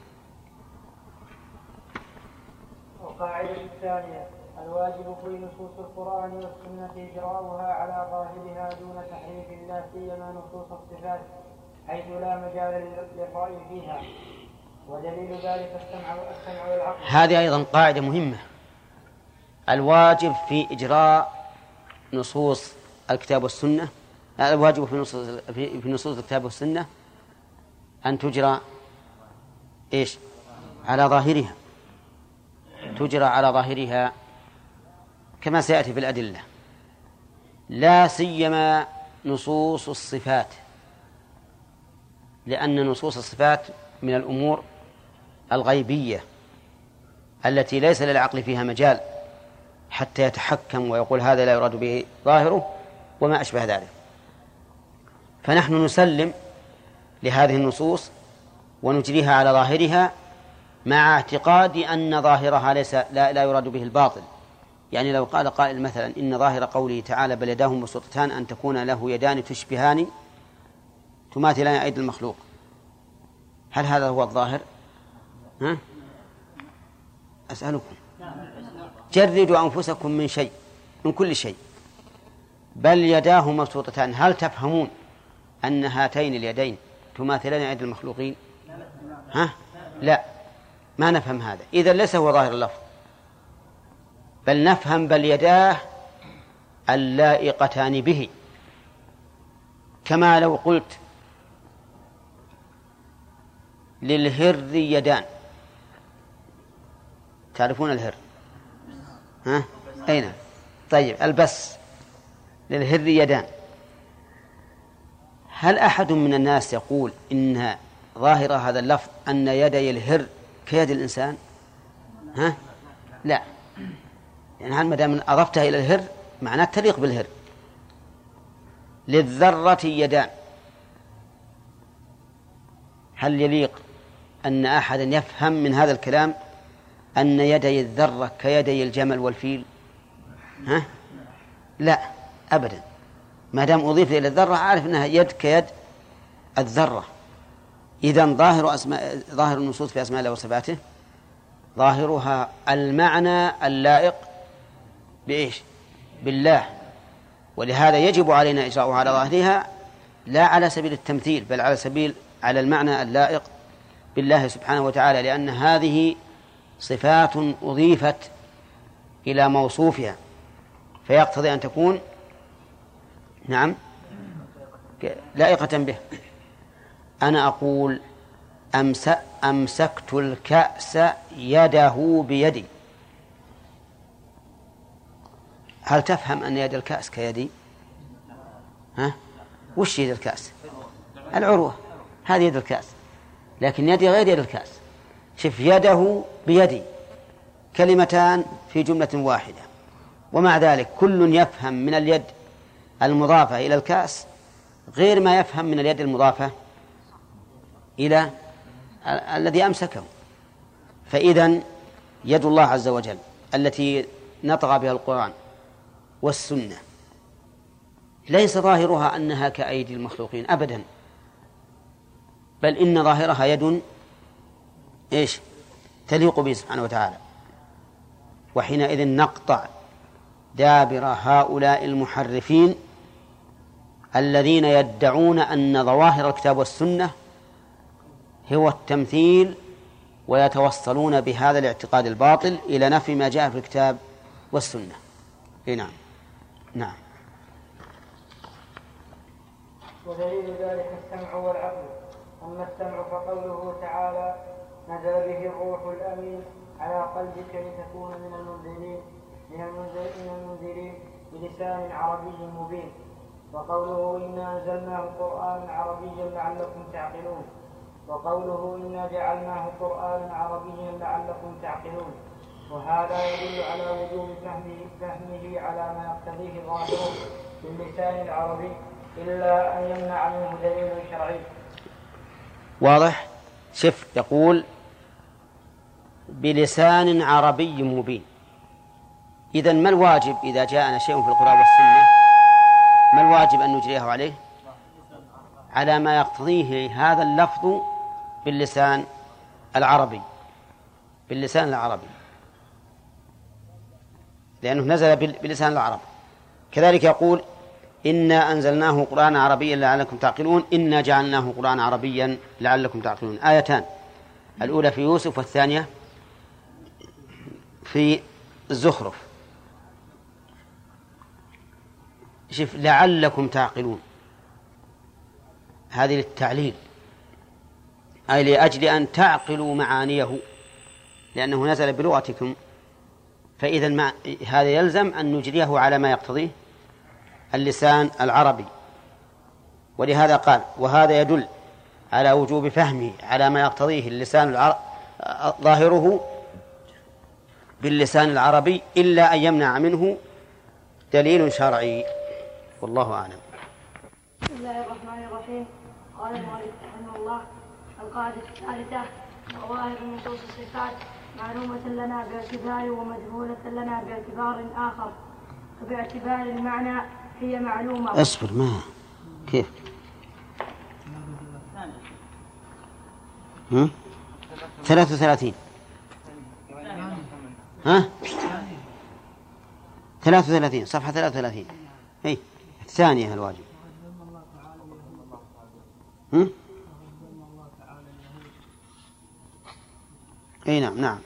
القاعدة الثانية: الواجب في نصوص القرآن والسنة إجراؤها على ظاهرها دون تحريف، لا سيما نصوص الصفات حيث لا مجال للرأي فيها، ودليل ذلك السمع والسمع والعقل. هذه أيضا قاعدة مهمة. الواجب في إجراء نصوص الكتاب والسنة، الواجب في نصوص في نصوص الكتاب والسنة أن تجرى إيش؟ على ظاهرها، تجرى على ظاهرها كما سيأتي في الأدلة، لا سيما نصوص الصفات، لأن نصوص الصفات من الأمور الغيبية التي ليس للعقل فيها مجال حتى يتحكم ويقول هذا لا يراد به ظاهره وما أشبه ذلك. فنحن نسلم لهذه النصوص ونجريها على ظاهرها مع اعتقادي أن ظاهرها ليس لا, لا يراد به الباطل. يعني لو قال قائل مثلا إن ظاهر قوله تعالى بل يداه مبسوطتان أن تكون له يدان تشبهان تماثلان أيدي المخلوق، هل هذا هو الظاهر؟ ها؟ أسألكم، جردوا أنفسكم من شيء، من كل شيء. بل يداه مبسوطتان، هل تفهمون أن هاتين اليدين تماثلان أيدي المخلوقين؟ ها؟ لا، ما نفهم هذا. إذن ليس هو ظاهر اللفظ، بل نفهم بل يداه اللائقتان به. كما لو قلت للهر يدان، تعرفون الهر؟ ها؟ أين؟ طيب، البس للهر يدان. هل أحد من الناس يقول إن ظاهر هذا اللفظ أن يدي الهر كيد الإنسان؟ ها؟ لا، يعني هل مدام أضفتها إلى الهر معناه تليق بالهر. للذرة يدان، هل يليق أن أحدا يفهم من هذا الكلام أن يدي الذرة كيدي الجمل والفيل؟ ها؟ لا أبدا، ما دام أضيف إلى الذرة عارف أنها يد كيد الذرة. إذن ظاهر أسماء ظاهر النصوص في أسماء الله وصفاته ظاهرها المعنى اللائق بإيش؟ بالله، ولهذا يجب علينا إجراؤها على ظاهرها لا على سبيل التمثيل، بل على سبيل على المعنى اللائق بالله سبحانه وتعالى، لأن هذه صفات أضيفت إلى موصوفها فيقتضي أن تكون نعم لائقة به. أنا أقول أمس أمسكت الكأس يده بيدي، هل تفهم أن يد الكأس كيدي؟ ها؟ وش يد الكأس؟ العروة، هذه يد الكأس، لكن يدي غير يد الكأس. شف يده بيدي، كلمتان في جملة واحدة، ومع ذلك كل يفهم من اليد المضافة إلى الكأس غير ما يفهم من اليد المضافة إلى الذي أمسكه. فإذن يد الله عز وجل التي نطق بها القرآن والسنة ليس ظاهرها أنها كأيدي المخلوقين أبدا، بل إن ظاهرها يد إيش؟ تليق به سبحانه وتعالى. وحينئذ نقطع دابر هؤلاء المحرفين الذين يدعون أن ظواهر الكتاب والسنة هو التمثيل، ويتوصلون بهذا الاعتقاد الباطل إلى نفي ما جاء في الكتاب والسنة. نعم نعم. ودليل ذلك السمع والعقل. أما السمع فقوله تعالى نزل به الروح الأمين على قلبك لتكون من المنذرين من المنذرين بلسان عربي مبين. وقوله إنا أنزلناه قرآنا عربيا لعلكم تعقلون. وقوله إنا جعلناه قرآنا عربيا لعلكم تعقلون. وهذا يدل على وجوب فهمه, فهمه على ما يقتضيه ظاهره باللسان العربي إلا أن يمنع منه دليل شرعي. واضح؟ شف يقول بلسان عربي مبين. إذن ما الواجب إذا جاءنا شيء في القرآن والسنة؟ ما الواجب أن نجريه عليه؟ على ما يقتضيه هذا اللفظ باللسان العربي، باللسان العربي، لأنه نزل بلسان العرب. كذلك يقول إنا أنزلناه قرآنا عربيا لعلكم تعقلون، إنا جعلناه قرآنا عربيا لعلكم تعقلون. آيتان، الأولى في يوسف والثانية في الزخرف. شوف لعلكم تعقلون، هذه للتعليل، أي لأجل أن تعقلوا معانيه، لأنه نزل بلغتكم. فإذا هذا يلزم أن نجريه على ما يقتضيه اللسان العربي. ولهذا قال وهذا يدل على وجوب فهمه على ما يقتضيه اللسان العربي ظاهره باللسان العربي إلا أن يمنع منه دليل شرعي. والله أعلم. بسم الله الرحمن الرحيم. قال المؤلف رحمه الله: القاعدة الثالثة وظاهر نصوص الصفات معلومة لنا باعتبار ومجهولة لنا باعتبار آخر. فباعتبار المعنى هي معلومة. اصبر ما كيف هم؟ ثلاثة وثلاثين ها ثلاثة وثلاثين صفحة ثلاثة وثلاثين هي الثانية الواجب هم؟ اي نعم نعم.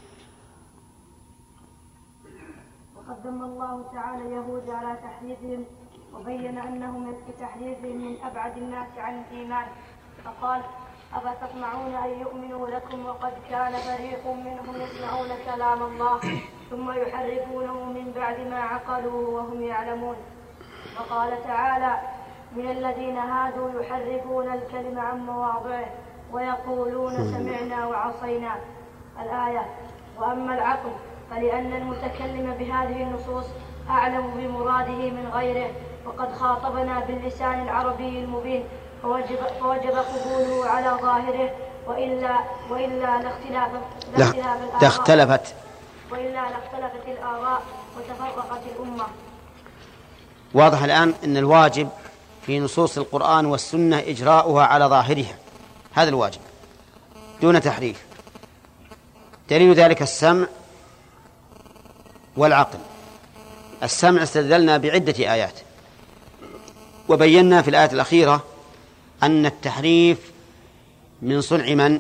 وقد ذم الله تعالى اليهود على تحريفهم وبين أنهم بتحريفهم من أبعد الناس عن الإيمان، فقال أفتطمعون أن يؤمنوا لكم وقد كان فريق منهم يسمعون كلام الله ثم يحرفونه من بعد ما عقلوه وهم يعلمون. وقال تعالى من الذين هادوا يحرفون الكلم عن مواضعه ويقولون سمعنا وعصينا الآية. وأما العقل فلأن المتكلم بهذه النصوص أعلم بمراده من غيره، وقد خاطبنا باللسان العربي المبين، فوجب, فوجب قبوله على ظاهره، وإلا وإلا لاختلاف لاختلفت وإلا لاختلفت الآراء وتفرقت الأمة. واضح الآن أن الواجب في نصوص القرآن والسنة إجراؤها على ظاهرها، هذا الواجب دون تحريف. دليل ذلك السمع والعقل. السمع استدللنا بعدة آيات، وبينا في الآية الأخيرة أن التحريف من صنع من؟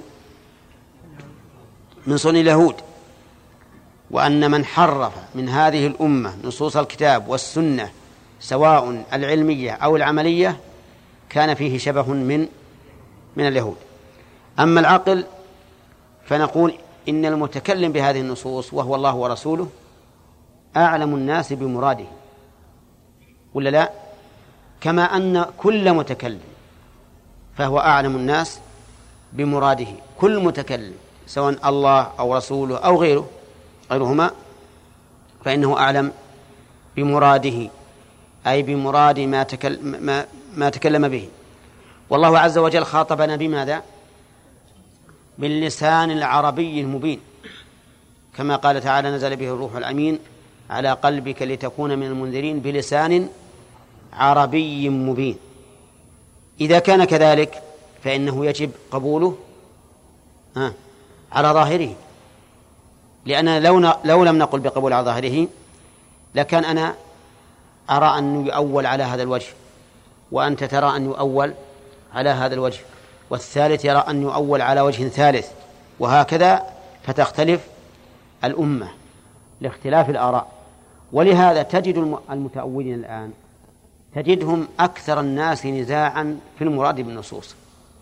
من صنع اليهود، وأن من حرف من هذه الأمة نصوص الكتاب والسنة سواء العلمية أو العملية كان فيه شبه من من اليهود. أما العقل فنقول إن المتكلم بهذه النصوص وهو الله ورسوله أعلم الناس بمراده، ولا لا؟ كما أن كل متكلم فهو أعلم الناس بمراده. كل متكلم سواء الله أو رسوله أو غيره غيرهما فإنه أعلم بمراده، أي بمراد ما تكلم, ما, ما تكلم به. والله عز وجل خاطبنا بماذا؟ باللسان العربي المبين، كما قال تعالى نزل به الروح الأمين على قلبك لتكون من المنذرين بلسان عربي مبين. إذا كان كذلك فإنه يجب قبوله ها على ظاهره، لأن لو, لو لم نقل بقبول على ظاهره لكان أنا أرى أن يؤول على هذا الوجه، وأنت ترى أن يؤول على هذا الوجه، والثالث يرى أن يؤول على وجه ثالث، وهكذا فتختلف الأمة لاختلاف الآراء. ولهذا تجد المتأولين الآن تجدهم أكثر الناس نزاعا في المراد بالنصوص.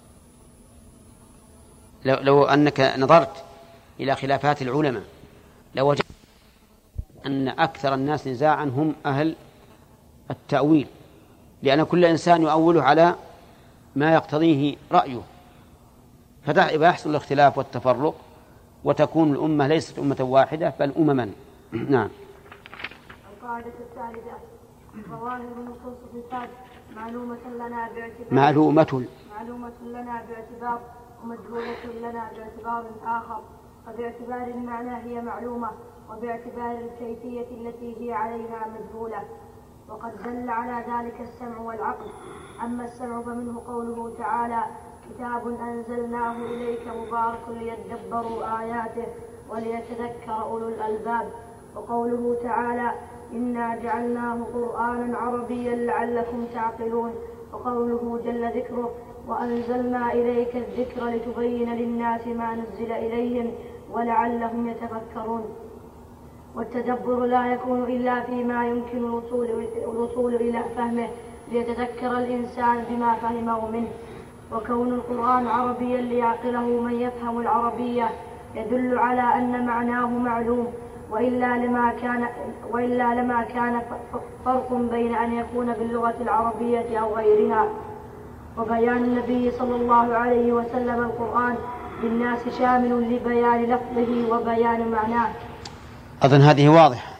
لو, لو أنك نظرت إلى خلافات العلماء لوجدت أن أكثر الناس نزاعا هم أهل التأويل، لأن كل إنسان يؤوله على ما يقتضيه رأيه، فيحصل الاختلاف والتفرق، وتكون الأمة ليست أمة واحدة بل أمما. نعم. القاعدة الثالثة ظواهر نصوص الصفات معلومة لنا باعتبار معلومة معلومة لنا باعتبار ومجهولة لنا باعتبار آخر. فباعتبار المعنى هي معلومة، وباعتبار الكيفية التي هي عليها مجهولة. وقد دل على ذلك السمع والعقل. أما السمع فمنه قوله تعالى كتاب أنزلناه إليك مبارك ليدبروا آياته وليتذكر أولو الألباب. وقوله تعالى إنا جعلناه قرآنا عربيا لعلكم تعقلون. وقوله جل ذكره وأنزلنا إليك الذكر لتبين للناس ما نزل إليهم ولعلهم يتفكرون. والتدبر لا يكون إلا فيما يمكن الوصول, الوصول إلى فهمه ليتذكر الإنسان بما فهمه منه. وكون القرآن عربيا ليعقله من يفهم العربية يدل على أن معناه معلوم، وإلا لما كان, وإلا لما كان فرق بين أن يكون باللغة العربية أو غيرها. وبيان النبي صلى الله عليه وسلم القرآن للناس شامل لبيان لفظه وبيان معناه. أظن هذه واضحة.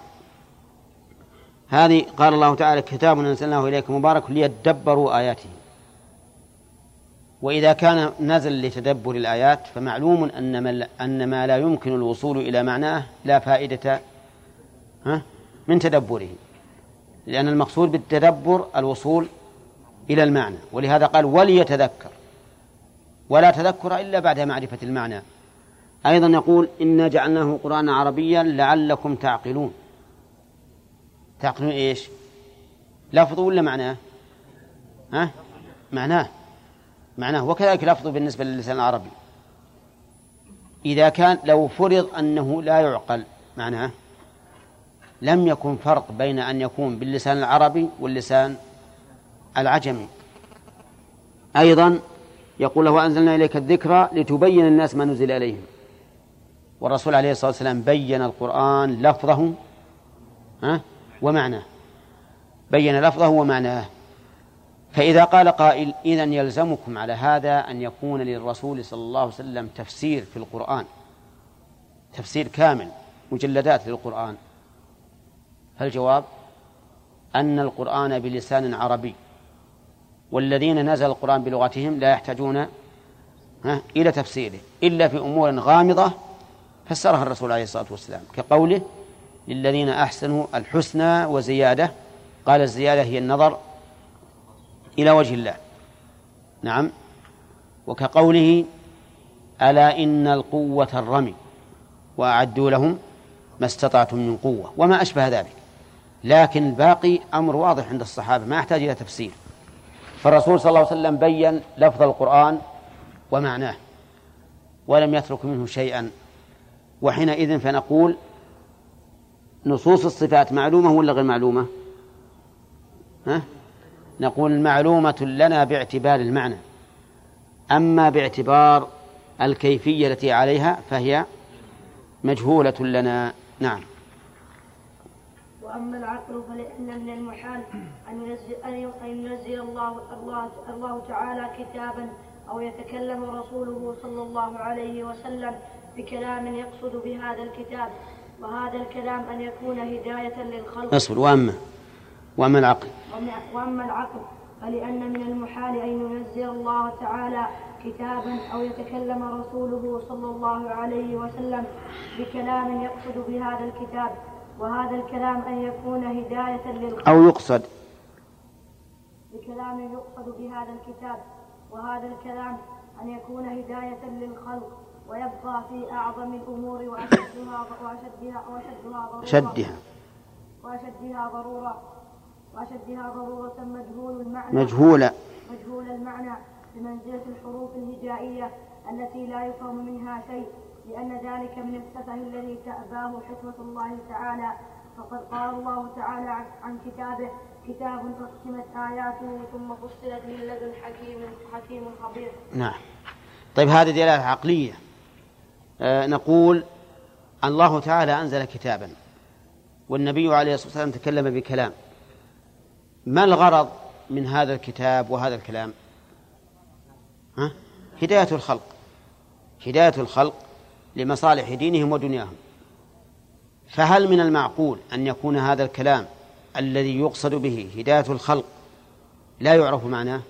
هذه قال الله تعالى كتاب أنزلناه إليك مبارك ليدبروا آياته. وإذا كان نزل لتدبر الآيات فمعلوم أن ما لا يمكن الوصول إلى معناه لا فائدة من تدبره، لأن المقصود بالتدبر الوصول إلى المعنى، ولهذا قال وليتذكر، ولا تذكر إلا بعد معرفة المعنى. أيضا يقول إنا جعلناه قرآنا عربيا لعلكم تعقلون. تعقلون إيش؟ لفظه ولا معناه؟ ها؟ معناه معناه وكذلك لفظه بالنسبة للسان العربي. إذا كان لو فرض أنه لا يعقل معناه لم يكن فرق بين أن يكون باللسان العربي واللسان العجمي. أيضا يقول له أنزلنا إليك الذكرى لتبين الناس ما نزل إليهم، والرسول عليه الصلاة والسلام بين القرآن لفظه ومعناه، بين لفظه ومعناه. فإذا قال قائل إذن يلزمكم على هذا أن يكون للرسول صلى الله عليه وسلم تفسير في القرآن، تفسير كامل مجلدات للقرآن، فالجواب أن القرآن بلسان عربي، والذين نزل القرآن بلغتهم لا يحتاجون إلى تفسيره إلا في أمور غامضة فسرها الرسول عليه الصلاة والسلام، كقوله للذين أحسنوا الحسنى وزيادة، قال الزيادة هي النظر إلى وجه الله. نعم. وكقوله ألا إن القوة الرمي وأعدوا لهم ما استطعتم من قوة وما أشبه ذلك. لكن الباقي أمر واضح عند الصحابة ما يحتاج إلى تفسير، فالرسول صلى الله عليه وسلم بين لفظ القرآن ومعناه ولم يترك منه شيئا. وحينئذ فنقول نصوص الصفات معلومة ولا غير معلومة؟ ها؟ نقول معلومة لنا باعتبار المعنى، أما باعتبار الكيفية التي عليها فهي مجهولة لنا. نعم. وأما العقل فلأن من المحال أن ينزل, أن ينزل الله, الله, الله تعالى كتابا أو يتكلم رسوله صلى الله عليه وسلم بكلام يقصد بهذا الكتاب، وهذا الكلام أن يكون هداية للخلق. أصبر. وأما وأما العقل وأما العقل فلأن من المحال أن ينزل الله تعالى كتابا أو يتكلم رسوله صلى الله عليه وسلم بكلام يقصد بهذا الكتاب، وهذا الكلام أن يكون هداية للخلق، أو يقصد بكلام يقصد بهذا الكتاب، وهذا الكلام أن يكون هداية للخلق، ويبقى في أعظم الأمور وأشدها وأشدها وأشدها ضرورة شدها وأشدها ضرورة وأشدها ضرورة مجهول المعنى مجهولة مجهول المعنى بمنزلة الحروف الهجائية التي لا يفهم منها شيء، لأن ذلك من السفه الذي تأباه حكمة الله تعالى. فقد قال الله تعالى عن كتابه كتاب أحكمت آياته ثم فصلت من لدن حكيم حكيم خبير. نعم. طيب هذه دلالة عقلية. آه نقول الله تعالى أنزل كتابا والنبي عليه الصلاة والسلام تكلم بكلام، ما الغرض من هذا الكتاب وهذا الكلام؟ ها؟ هداية الخلق، هداية الخلق لمصالح دينهم ودنياهم. فهل من المعقول أن يكون هذا الكلام الذي يقصد به هداية الخلق لا يعرف معناه،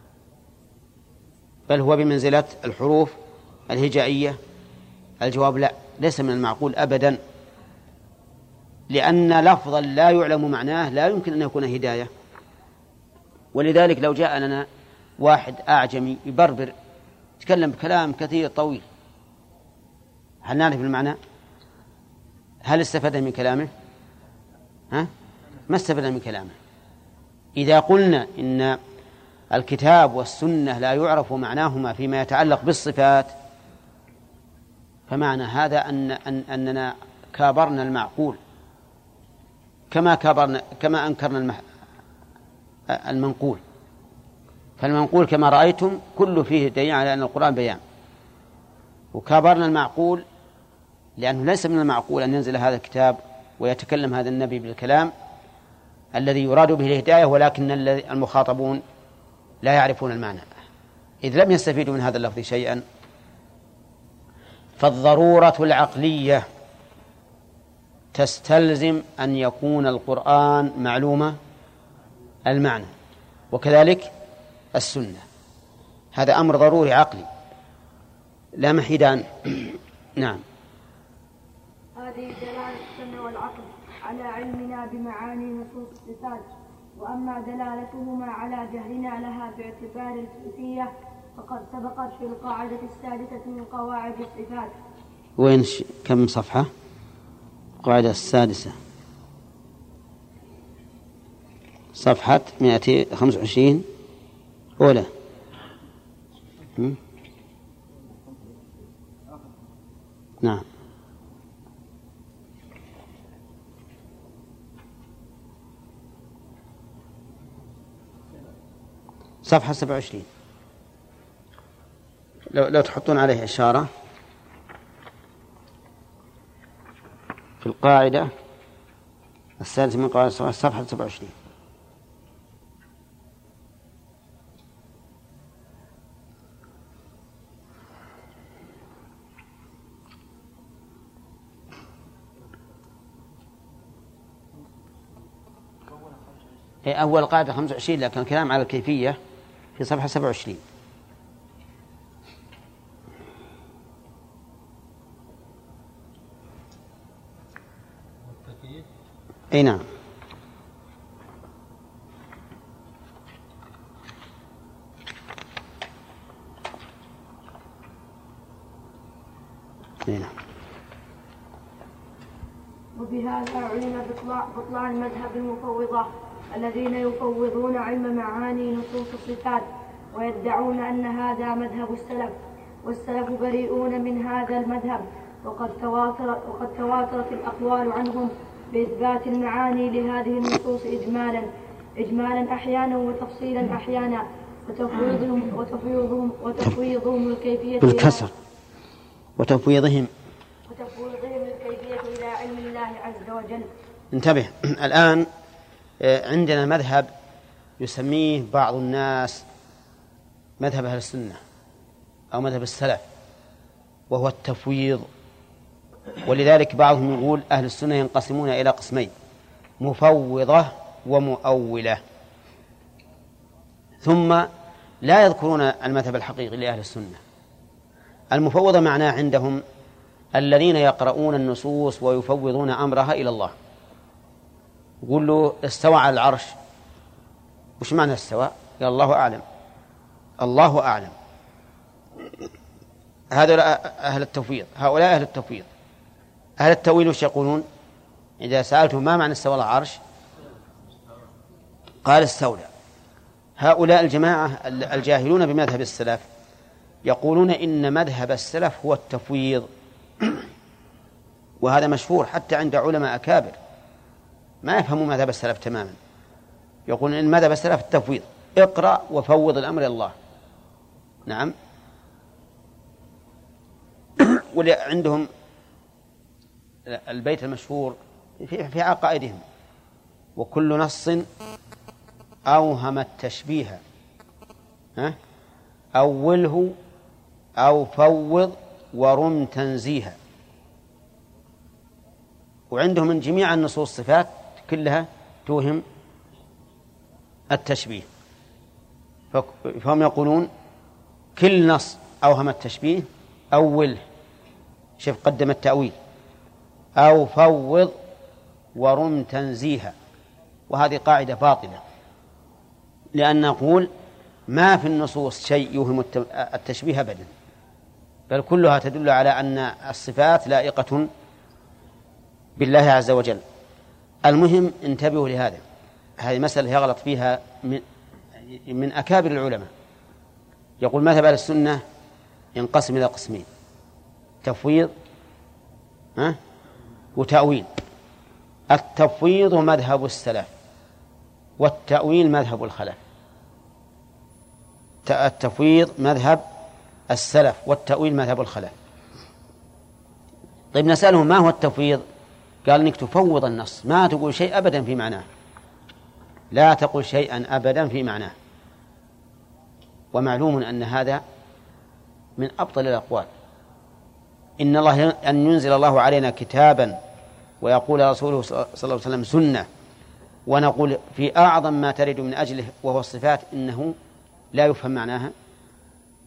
بل هو بمنزلة الحروف الهجائية؟ الجواب لا، ليس من المعقول أبدا، لأن لفظا لا يعلم معناه لا يمكن أن يكون هداية. ولذلك لو جاء لنا واحد أعجمي يبربر يتكلم بكلام كثير طويل، هل نعرف المعنى؟ هل استفاد من كلامه؟ ها؟ ما استفاد من كلامه. إذا قلنا إن الكتاب والسنة لا يعرف معناهما فيما يتعلق بالصفات، فمعنى هذا أن أن أننا كابرنا المعقول كما كابرنا كما أنكرنا المح... المنقول. فالمنقول كما رأيتم كله فيه دليل على أن القرآن بيان، وكابرنا المعقول لأنه ليس من المعقول أن ينزل هذا الكتاب ويتكلم هذا النبي بالكلام الذي يراد به الهداية، ولكن المخاطبون لا يعرفون المعنى إذ لم يستفيدوا من هذا اللفظ شيئا. فالضرورة العقلية تستلزم أن يكون القرآن معلومة المعنى، وكذلك السنة. هذا أمر ضروري عقلي لا محيد عنه. نعم. هذه دلالة السمع والعقل على علمنا بمعاني نصوص الصفات، وأما دلالتهما على جهلنا لها باعتبار الكيفية فقد سبقت في القاعدة السادسة من قواعد الصفات. وين ش... كم صفحة؟ القاعدة السادسة صفحة مئة وخمسة وعشرين أولى. م? نعم. صفحة سبعة وعشرين لو, لو تحطون عليه إشارة في القاعدة السادسة من قواعد صفحة سبعة وعشرين. أول قاعدة خمسة وعشرين لكن الكلام على الكيفية في صفحة سبعة وعشرين. أي نعم. أي نعم. وبهذا علم بطلان مذهب المفوضة الذين يفوضون علم معاني نصوص الصفات ويدعون أن هذا مذهب السلف، والسلف بريئون من هذا المذهب، وقد تواترت, وقد تواترت الأقوال عنهم بإثبات المعاني لهذه النصوص إجمالا إجمالا أحيانا وتفصيلا أحيانا، وتفويضهم وتفويضهم وتفويضهم الكيفية بالكسر وتفويضهم وتفويضهم الكيفية إلى علم الله عز وجل. انتبه الآن، عندنا مذهب يسميه بعض الناس مذهب أهل السنة أو مذهب السلف، وهو التفويض. ولذلك بعضهم يقول أهل السنة ينقسمون إلى قسمين: مفوضة ومؤولة. ثم لا يذكرون المذهب الحقيقي لأهل السنة. المفوضة معناه عندهم الذين يقرؤون النصوص ويفوضون أمرها إلى الله. يقول له استوى على العرش، وش معنى استوى؟ قال الله أعلم، الله أعلم. هذا أهل التفويض، هؤلاء أهل التفويض. أهل التأويل وش يقولون؟ إذا سألتهم ما معنى استوى على العرش قال استولى. هؤلاء الجماعة الجاهلون بمذهب السلف يقولون إن مذهب السلف هو التفويض، وهذا مشهور حتى عند علماء أكابر ما يفهموا مذهب السلف تماما، يقولون إن مذهب السلف التفويض، اقرأ وفوض الأمر إلى الله. نعم. وعندهم البيت المشهور في في عقائدهم: وكل نص أوهم التشبيه ها أوله أو فوض ورم تنزيها. وعندهم من جميع النصوص صفات كلها توهم التشبيه، فهم يقولون كل نص أوهم التشبيه أوله، شوف قدم التأويل، أو فوض ورم تنزيها. وهذه قاعدة باطلة، لأن نقول ما في النصوص شيء يوهم التشبيه أبدا، بل كلها تدل على أن الصفات لائقة بالله عز وجل. المهم انتبهوا لهذا، هذه مسألة يغلط فيها من, من أكابر العلماء. يقول مذهب أهل السنة ينقسم إلى قسمين: تفويض ها وتأويل. التفويض مذهب السلف، والتأويل مذهب الخلف. التفويض مذهب السلف والتأويل مذهب الخلف. طيب نسألهم ما هو التفويض؟ قال إنك تفوض النص، ما تقول شيء أبدا في معناه، لا تقول شيئا أبدا في معناه. ومعلوم أن هذا من أبطل الأقوال. إن الله أن ينزل الله علينا كتابا ويقول رسوله صلى الله عليه وسلم سنة، ونقول في أعظم ما ترد من أجله وهو الصفات إنه لا يفهم معناها،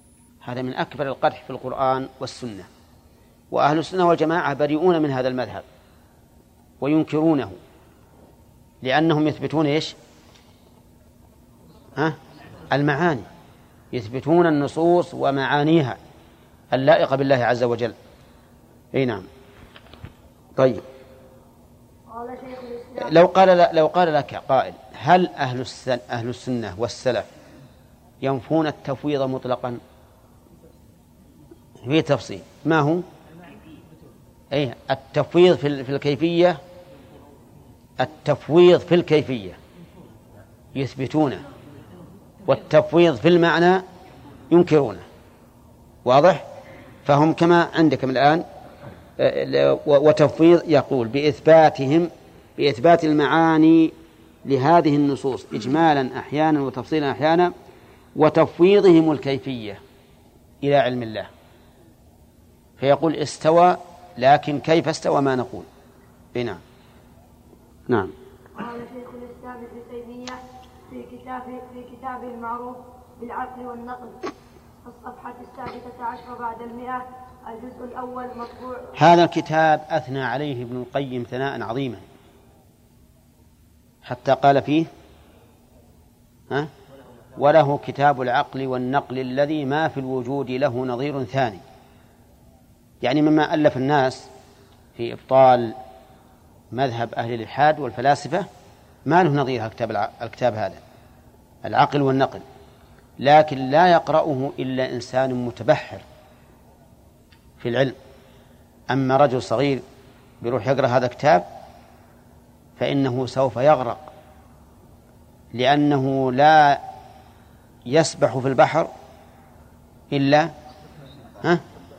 هذا من أكبر القدح في القرآن والسنة. وأهل السنة والجماعة بريئون من هذا المذهب وينكرونه، لأنهم يثبتون إيش؟ ها؟ المعاني، يثبتون النصوص ومعانيها اللائقة بالله عز وجل. أي نعم. طيب، لو قال لو قال لك قائل: هل أهل أهل السنة والسلف ينفون التفويض مطلقا؟ في تفصيل. ما هو؟ أي التفويض في الكيفية، التفويض في الكيفية يثبتونه، والتفويض في المعنى ينكرونه. واضح؟ فهم كما عندكم الآن. وتفويض يقول بإثباتهم بإثبات المعاني لهذه النصوص إجمالا أحيانا وتفصيلا أحيانا، وتفويضهم الكيفية إلى علم الله. فيقول استوى، لكن كيف استوى ما نقول. بناء. نعم. قال شيخ الإسلام ابن تيمية في كتابه في كتابه المعروف بالعقل والنقل الصفحة السادسة عشر بعد المئة، الجزء الأول مطبوع. هذا الكتاب أثنى عليه ابن القيم ثناء عظيما، حتى قال فيه: ها؟ وله كتاب العقل والنقل الذي ما في الوجود له نظير ثاني. يعني مما ألف الناس في إبطال مذهب أهل الإلحاد والفلاسفة ما له نظير الكتاب, الكتاب هذا العقل والنقل، لكن لا يقرأه إلا إنسان متبحر في العلم. أما رجل صغير بيروح يقرأ هذا الكتاب فإنه سوف يغرق، لأنه لا يسبح في البحر إلا ها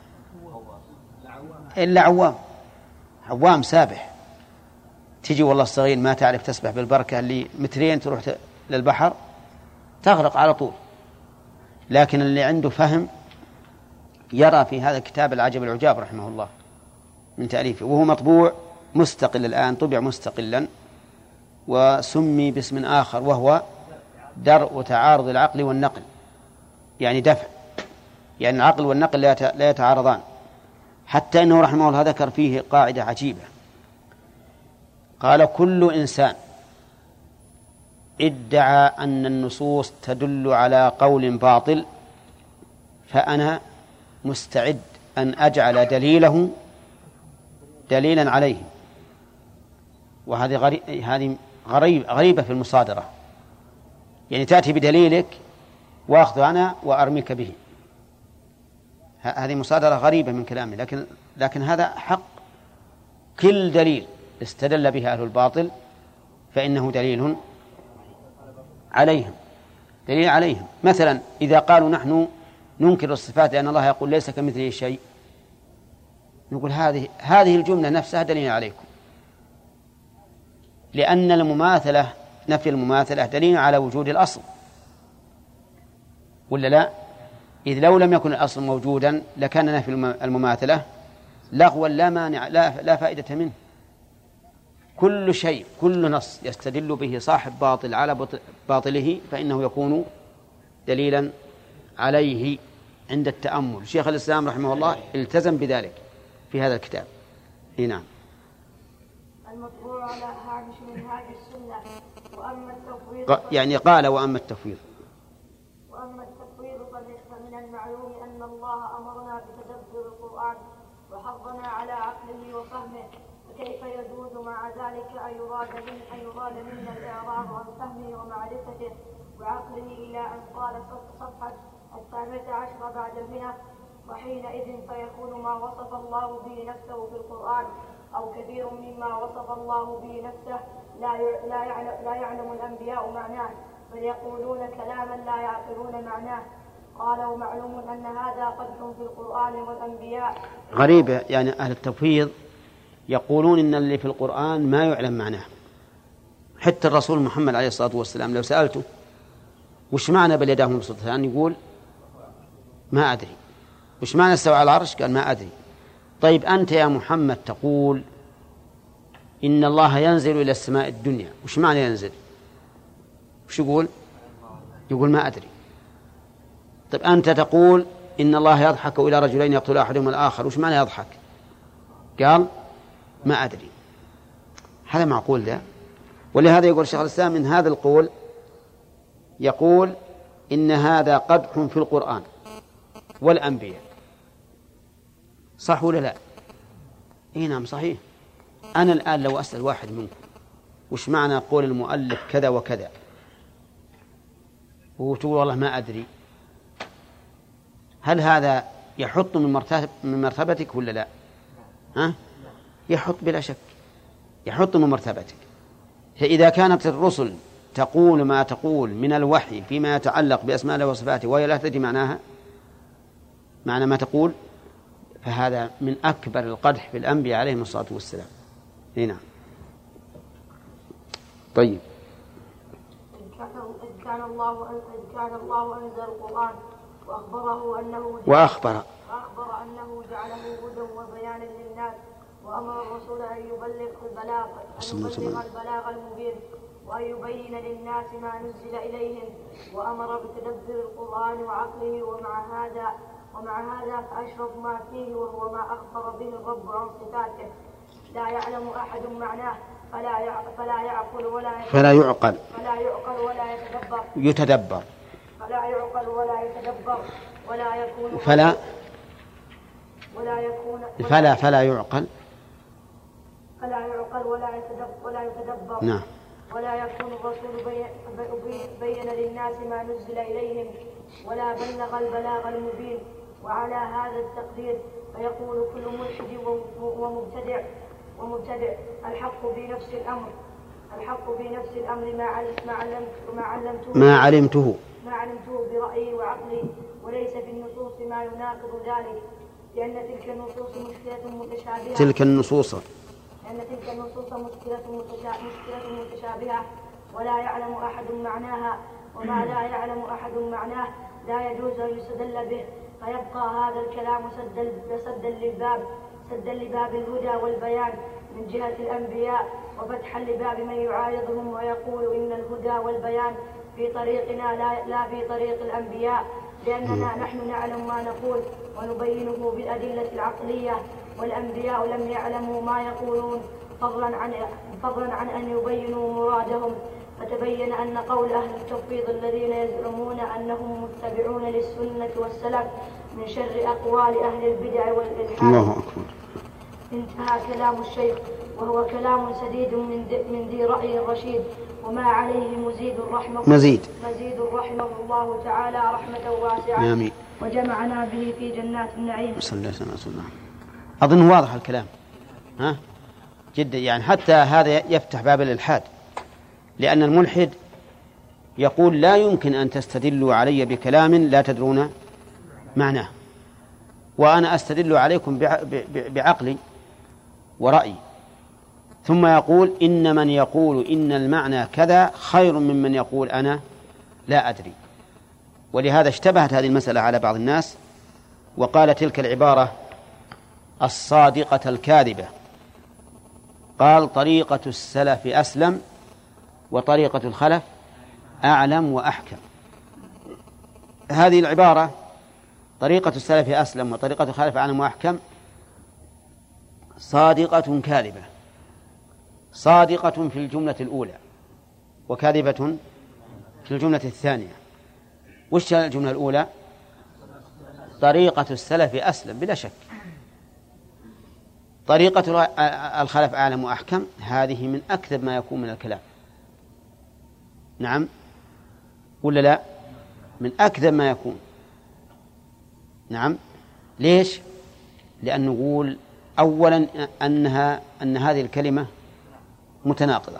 إلا عوام عوام سابح. تجي والله الصغير ما تعرف تسبح بالبركة اللي مترين تروح للبحر تغرق على طول. لكن اللي عنده فهم يرى في هذا الكتاب العجب العجاب رحمه الله من تأليفه، وهو مطبوع مستقل الآن، طبع مستقلا وسمي باسم آخر وهو درء تعارض العقل والنقل، يعني دفع، يعني العقل والنقل لا يتعارضان. حتى أنه رحمه الله ذكر فيه قاعدة عجيبة، قال: كل إنسان ادعى أن النصوص تدل على قول باطل فأنا مستعد أن أجعل دليله دليلا عليه. وهذه غريب هذه غريب غريبة في المصادرة، يعني تأتي بدليلك وأخذ أنا وأرميك به. هذه مصادرة غريبة من كلامي، لكن لكن هذا حق. كل دليل استدل به أهل الباطل فإنه دليل عليهم دليل عليهم. مثلا إذا قالوا نحن ننكر الصفات لأن الله يقول ليس كمثله شيء، نقول هذه هذه الجملة نفسها دليل عليكم، لأن المماثلة نفي المماثلة دليل على وجود الأصل، ولا لا؟ إذ لو لم يكن الأصل موجودا لكان نفي المماثلة لغوا لا مانع لا, لا فائدة منه. كل شيء كل نص يستدل به صاحب باطل على باطله فإنه يكون دليلا عليه عند التأمل. شيخ الإسلام رحمه الله التزم بذلك في هذا الكتاب. نعم. المطبوع على هامش منهاج السنة. وأما التفويض يعني قال: وأما التفويض وأما التفويض فمن المعلوم أن الله أمرنا بتدبر القرآن وحضنا على عقله وفهمه، فكيف يجوز مع ذلك أن يراد من أن يراد منا الإعراض عن فهمه ومعرفته وعقله إلى أن قال صفحة الثامنة عشرة بعد المئة: وحينئذ فيكون ما وصف الله به نفسه في القرآن أو كثير مما وصف الله به نفسه لا لا يعلم, لا يعلم الأنبياء معناه، بل يقولون كلاما لا يعقلون معناه. قال: ومعلوم أن هذا قدح في القرآن والأنبياء. غريبة، يعني أهل التفويض يقولون إن اللي في القرآن ما يعلم معناه. حتى الرسول محمد عليه الصلاة والسلام لو سألته وش معنى بل يداه مبسوطتان يقول ما أدري. وش معنى استوى على العرش؟ قال ما أدري. طيب أنت يا محمد تقول إن الله ينزل إلى السماء الدنيا، وش معنى ينزل؟ وش يقول؟ يقول ما أدري. طيب أنت تقول إن الله يضحك إلى رجلين يقتل أحدهما الآخر، وش معنى يضحك؟ قال ما أدري. هذا معقول ده؟ ولهذا يقول شيخ الإسلام من هذا القول، يقول إن هذا قدح في القرآن والأنبياء. صح ولا لا؟ إيه نعم صحيح. أنا الآن لو أسأل واحد منكم وش معنى قول المؤلف كذا وكذا، وتقول والله ما أدري، هل هذا يحط من مرتبة من مرتبتك ولا لا؟ ها؟ يحط بلا شك، يحط من مرتبتك. فإذا كانت الرسل تقول ما تقول من الوحي فيما يتعلق بأسماء الله وصفاته وهي لا تدري معناها معنى ما تقول، فهذا من أكبر القدح في الأنبياء عليهم الصلاة والسلام. هنا طيب. إذ كان الله إذ كان الله أنزل القرآن وأخبره أنه وأخبر وأخبر أنه جعله هدى وبيانا للناس، وأمر الرسول أن يبلغ البلاغ أن يبلغ البلاغ المبين وأن يبين للناس ما نزل إليهم، وأمر بتدبر القرآن وعقله. ومع هذا ومع هذا فأشرف ما فيه وهو ما أخبر به الرب عن صفاته لا يعلم أحد معناه، فلا فلا يعقل ولا فلا يعقل فلا يعقل ولا يتدبر يتدبر فلا يعقل ولا يتدبر ولا يكون فلا ولا يكون فلا فلا يعقل فلا يعقل ولا يتدبر ولا يتدبر نعم. ولا يكون الرسول بي بين للناس ما نزل إليهم ولا بلغ البلاغ المبين. وعلى هذا التقدير فيقول كل ملحد ومبتدع ومبتدع الحق بنفس الأمر الحق بنفس الأمر ما علمته ما علمته ما علمته ما علمته برأيي وعقلي، وليس في النصوص ما يناقض ذلك، لأن تلك النصوص مشكلة متشابهة تلك النصوص لأن تلك النصوص مشكلة مشكلة متشابهة ولا يعلم أحد معناها، وما لا يعلم أحد معناه لا يجوز أن يستدل به، فيبقى هذا الكلام سدا سدا للباب سدا لباب الهدى والبيان من جهة الأنبياء، وفتحا لباب من يعارضهم ويقول إن الهدى والبيان في طريقنا لا, لا في طريق الأنبياء، لأننا نحن نعلم ما نقول ونبينه بالأدلة العقلية، والأنبياء لم يعلموا ما يقولون فضلا عن فضلا عن أن يبينوا مرادهم. فتبين أن قول أهل التفويض الذين يزعمون أنهم متبعون للسنة والسلف من شر أقوال أهل البدع والإلحاد. الله أكبر. انتهى كلام الشيخ، وهو كلام سديد من من ذي رأي رشيد، وما عليه مزيد رحمه مزيد مزيد رحمه الله تعالى رحمة واسعة. آمين. وجمعنا به في جنات النعيم. صلى الله عليه وسلم. أظن واضح الكلام ها جدا، يعني حتى هذا يفتح باب الإلحاد، لأن الملحد يقول لا يمكن أن تستدلوا علي بكلام لا تدرون معناه، وأنا أستدل عليكم بعقلي ورأيي. ثم يقول إن من يقول إن المعنى كذا خير ممن يقول أنا لا أدري. ولهذا اشتبهت هذه المسألة على بعض الناس، وقال تلك العبارة الصادقة الكاذبة، قال طريقة السلف أسلم وطريقة الخلف أعلم وأحكم. هذه العبارة طريقة السلف أسلم وطريقة الخلف أعلم وأحكم صادقة كاذبة، صادقة في الجملة الأولى وكاذبة في الجملة الثانية. وش الجملة الأولى؟ طريقة السلف أسلم بلا شك، طريقة الخلف أعلم وأحكم هذه من أكذب ما يكون من الكلام. نعم ولا لا؟ من أكذب ما يكون. نعم. ليش؟ لأن نقول أولا أنها أن هذه الكلمة متناقضة.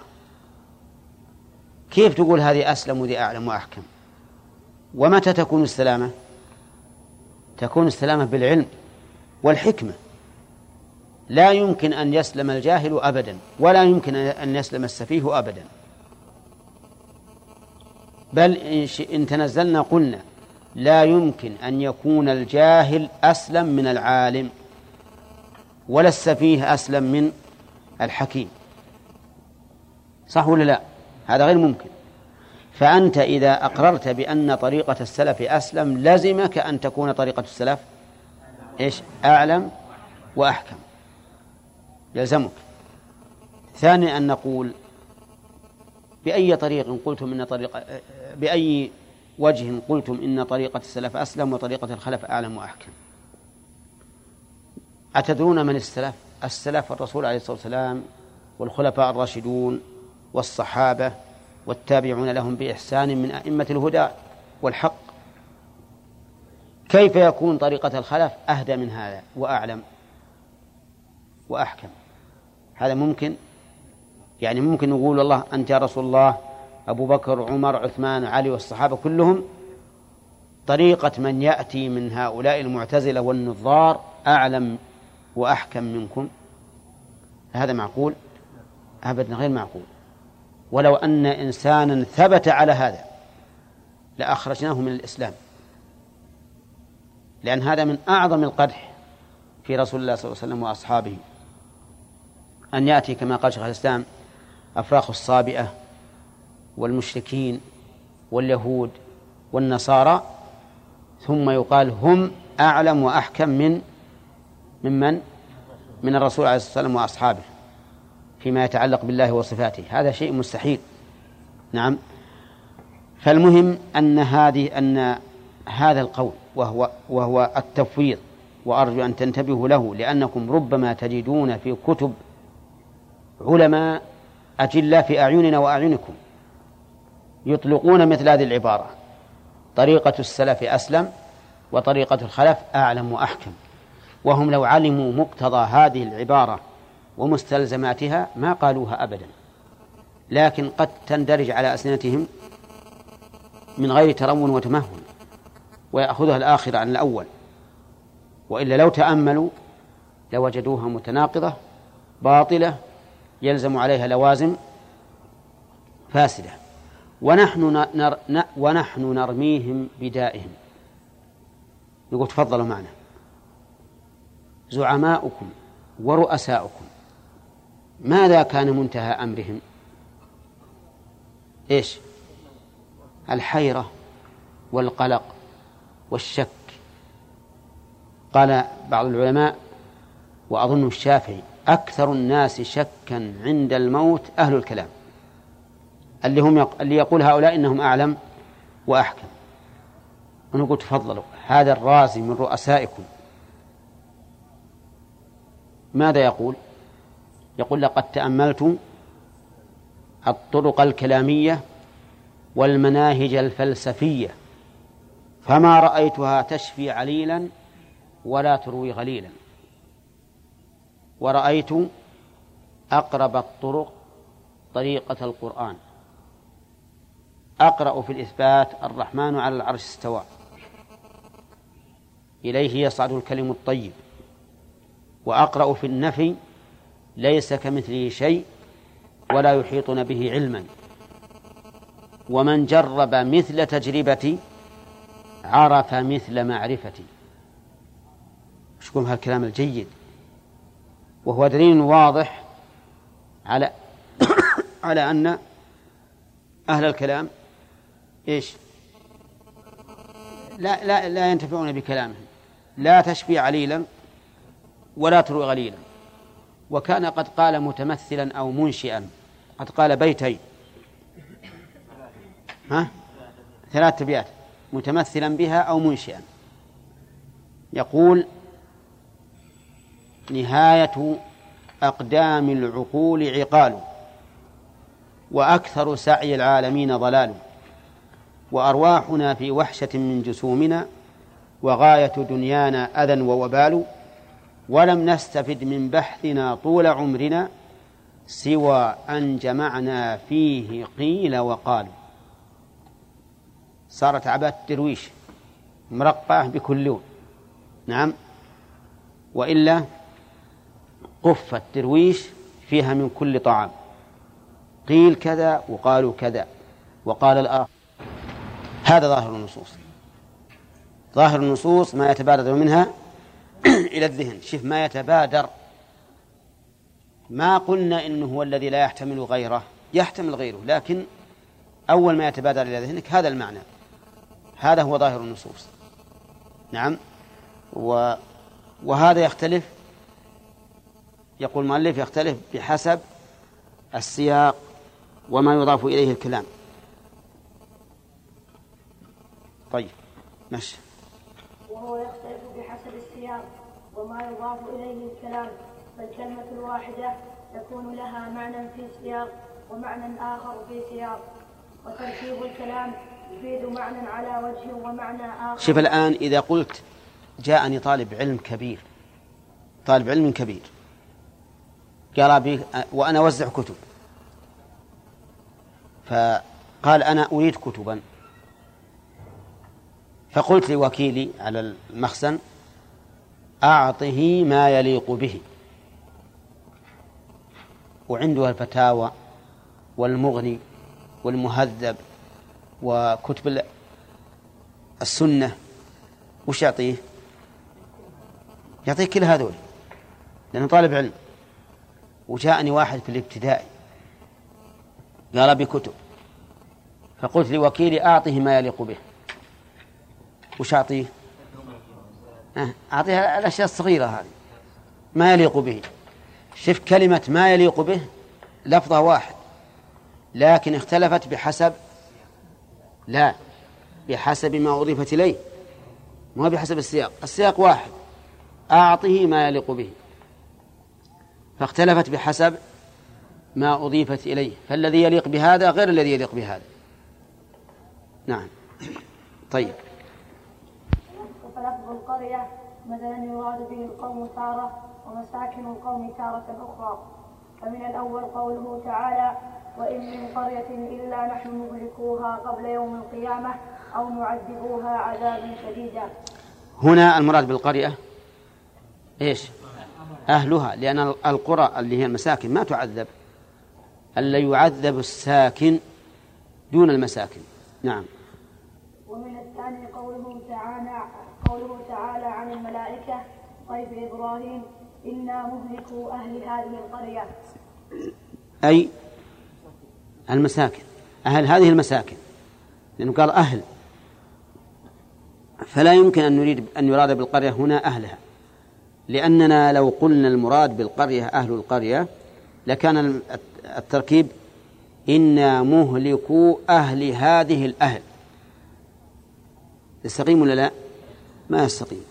كيف تقول هذه أسلم وذي أعلم وأحكم؟ ومتى تكون السلامة؟ تكون السلامة بالعلم والحكمة. لا يمكن أن يسلم الجاهل أبدا، ولا يمكن أن يسلم السفيه أبدا، بل إن تنزلنا قلنا لا يمكن أن يكون الجاهل أسلم من العالم، ولا السفيه أسلم من الحكيم. صح ولا لا؟ هذا غير ممكن. فأنت إذا أقررت بأن طريقة السلف أسلم لزمك أن تكون طريقة السلف إيش؟ أعلم وأحكم، يلزمك. ثانيا أن نقول بأي طريق قلتم إن طريقة بأي وجه قلتم إن طريقة السلف أسلم وطريقة الخلف أعلم وأحكم. أتدرون من السلف؟ السلف الرسول عليه الصلاة والسلام والخلفاء الراشدون والصحابة والتابعون لهم بإحسان من أئمة الهدى والحق. كيف يكون طريقة الخلف أهدى من هذا وأعلم وأحكم؟ هذا ممكن؟ يعني ممكن نقول والله أنت يا رسول الله أبو بكر عمر عثمان علي والصحابة كلهم طريقة من يأتي من هؤلاء المعتزلة والنظار أعلم وأحكم منكم؟ هذا معقول؟ أبدا غير معقول. ولو أن إنسانا ثبت على هذا لأخرجناه من الإسلام، لأن هذا من أعظم القدح في رسول الله صلى الله عليه وسلم وأصحابه، أن يأتي كما قال شيخ الإسلام أفراخ الصابئة والمشركين واليهود والنصارى ثم يقال هم أعلم وأحكم من ممن من الرسول عليه الصلاة والسلام وأصحابه فيما يتعلق بالله وصفاته. هذا شيء مستحيل. نعم. فالمهم أن هذه أن هذا القول وهو وهو التفويض، وأرجو أن تنتبهوا له، لأنكم ربما تجدون في كتب علماء أجلاء في أعيننا وأعينكم يطلقون مثل هذه العبارة: طريقة السلف أسلم وطريقة الخلف أعلم وأحكم. وهم لو علموا مقتضى هذه العبارة ومستلزماتها ما قالوها أبدا، لكن قد تندرج على ألسنتهم من غير ترون وتمهل ويأخذها الآخر عن الأول، وإلا لو تأملوا لوجدوها متناقضة باطلة يلزم عليها لوازم فاسدة. ونحن نر... ن... ونحن نرميهم بدائهم. نقول تفضلوا معنا. زعماؤكم ورؤساؤكم ماذا كان منتهى أمرهم؟ إيش؟ الحيرة والقلق والشك. قال بعض العلماء وأظن الشافعي: أكثر الناس شكا عند الموت أهل الكلام، اللي هم يق... اللي يقول هؤلاء إنهم أعلم وأحكم. ونقول تفضلوا، هذا الرازي من رؤسائكم ماذا يقول؟ يقول: لقد تأملت الطرق الكلامية والمناهج الفلسفية فما رأيتها تشفي عليلا ولا تروي غليلا، ورأيت أقرب الطرق طريقة القرآن، أقرأ في الإثبات الرحمن على العرش استوى، إليه يصعد الكلم الطيب، وأقرأ في النفي ليس كمثله شيء ولا يحيطون به علما، ومن جرب مثل تجربتي عرف مثل معرفتي. اشكم هالكلام الجيد، وهو دليل واضح على على أن أهل الكلام إيش؟ لا لا لا ينتفعون بكلامهم، لا تشفي عليلا ولا تروي غليلا. وكان قد قال متمثلا أو منشئا، قد قال بيتين، ها ثلاث أبيات: متمثلا بها أو منشئا. يقول: نهاية أقدام العقول عقال، وأكثر سعي العالمين ضلال، وأرواحنا في وحشة من جسومنا، وغاية دنيانا أذى ووبال، ولم نستفد من بحثنا طول عمرنا سوى أن جمعنا فيه قيل وقال. صارت عبات درويش مرقعة بكل لون. نعم. وإلا قفة درويش فيها من كل طعام، قيل كذا وقالوا كذا وقال الآخر. هذا ظاهر النصوص. ظاهر النصوص ما يتبادر منها إلى الذهن. شوف ما يتبادر، ما قلنا إنه هو الذي لا يحتمل غيره، يحتمل غيره، لكن أول ما يتبادر إلى ذهنك هذا المعنى، هذا هو ظاهر النصوص. نعم. و... وهذا يختلف، يقول المؤلف يختلف بحسب السياق وما يضاف إليه الكلام. طيب ماشي. وهو يختلف بحسب السياق وما يضاف إليه الكلام، فالكلمة الواحدة يكون لها معنى في سياق ومعنى آخر في سياق، وتركيب الكلام يفيد معنى على وجه ومعنى آخر. شوف الآن إذا قلت جاءني طالب علم كبير، طالب علم كبير قال بي وأنا أوزع كتب، فقال أنا أريد كتبا، فقلت لوكيلي على المخزن أعطه ما يليق به، وعنده الفتاوى والمغني والمهذب وكتب السنة، وش يعطيه؟ يعطيه كل هذول لأنه طالب علم. وجاءني واحد في الابتدائي قال بكتب، فقلت لوكيلي أعطه ما يليق به، وش أعطيه؟ أعطيه الأشياء الصغيرة هذه ما يليق به. شوف كلمة ما يليق به لفظة واحد لكن اختلفت بحسب، لا بحسب ما أضيفت إليه، ما بحسب السياق. السياق واحد، أعطه ما يليق به، فاختلفت بحسب ما أضيفت إليه، فالذي يليق بهذا غير الذي يليق بهذا. نعم. طيب. فلفظ القرية مثلا يراد به القوم تارة ومساكن القوم تارة أخرى. فمن الأول قوله تعالى وإن من قرية إلا نحن مهلكوها قبل يوم القيامة أو معذبوها عذابا شديدا. هنا المراد بالقرية إيش؟ أهلها، لأن القرى اللي هي المساكن ما تعذب، ألا يعذب الساكن دون المساكن. نعم. ومن الثاني قوله تعالى قوله تعالى عن الملائكة ضيف إبراهيم إنا مهلكوا أهل هذه القرية، أي المساكن، أهل هذه المساكن، لأنه قال أهل، فلا يمكن أن نريد أن يراد بالقرية هنا أهلها، لأننا لو قلنا المراد بالقرية أهل القرية لكان التركيب إنا مهلكوا أهل هذه الأهل. يستقيم ولا لا؟ ما يستقيم.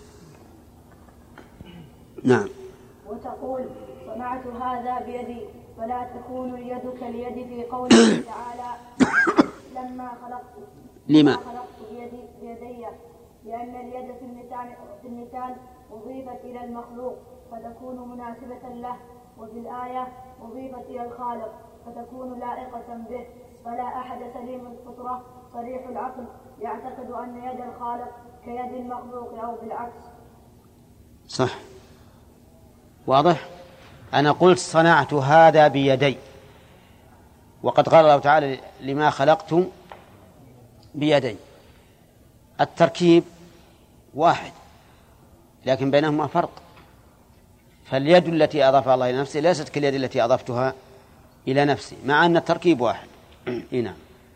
نعم. وتقول صنعت هذا بيدي، فلا تكون اليد كاليد في قوله تعالى لما خلقت لما خلقت بيدي, بيدي لأن اليد في المثال في المثال أضيفت إلى المخلوق فتكون مناسبة له، وفي الآية أضيفت إلى الخالق فتكون لائقة به، فلا أحد سليم الفطرة صريح العقل يعتقد أن يد الخالق كيد المخلوق أو بالعكس. صح، واضح. أنا قلت صنعت هذا بيدي، وقد قال الله تعالى لما خلقت بيدي. التركيب واحد لكن بينهما فرق، فاليد التي أضافها الله إلى نفسه ليست كاليد التي أضفتها إلى نفسي، مع أن التركيب واحد. نعم.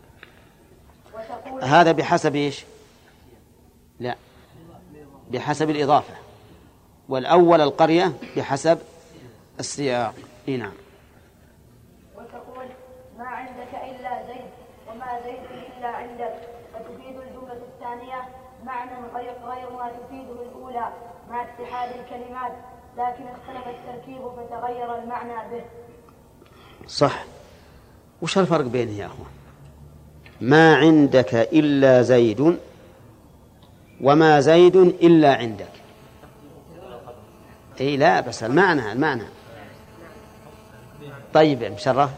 هذا بحسب إيش؟ لا، بحسب الإضافة، والأول القرية بحسب السياق. نعم. وتقول ما عندك إلا زيد وما زيد إلا عندك، فتفيد الجملة الثانية معنى غير غير ما تفيده الأولى مع اتحاد الكلمات، لكن اختلف التركيب فتغير المعنى به. صح. وش الفرق بينه يا أخوان؟ ما عندك إلا زيد وما زيد إلا عندك. أي لا، بس المعنى المعنى. طيب يا مشرف.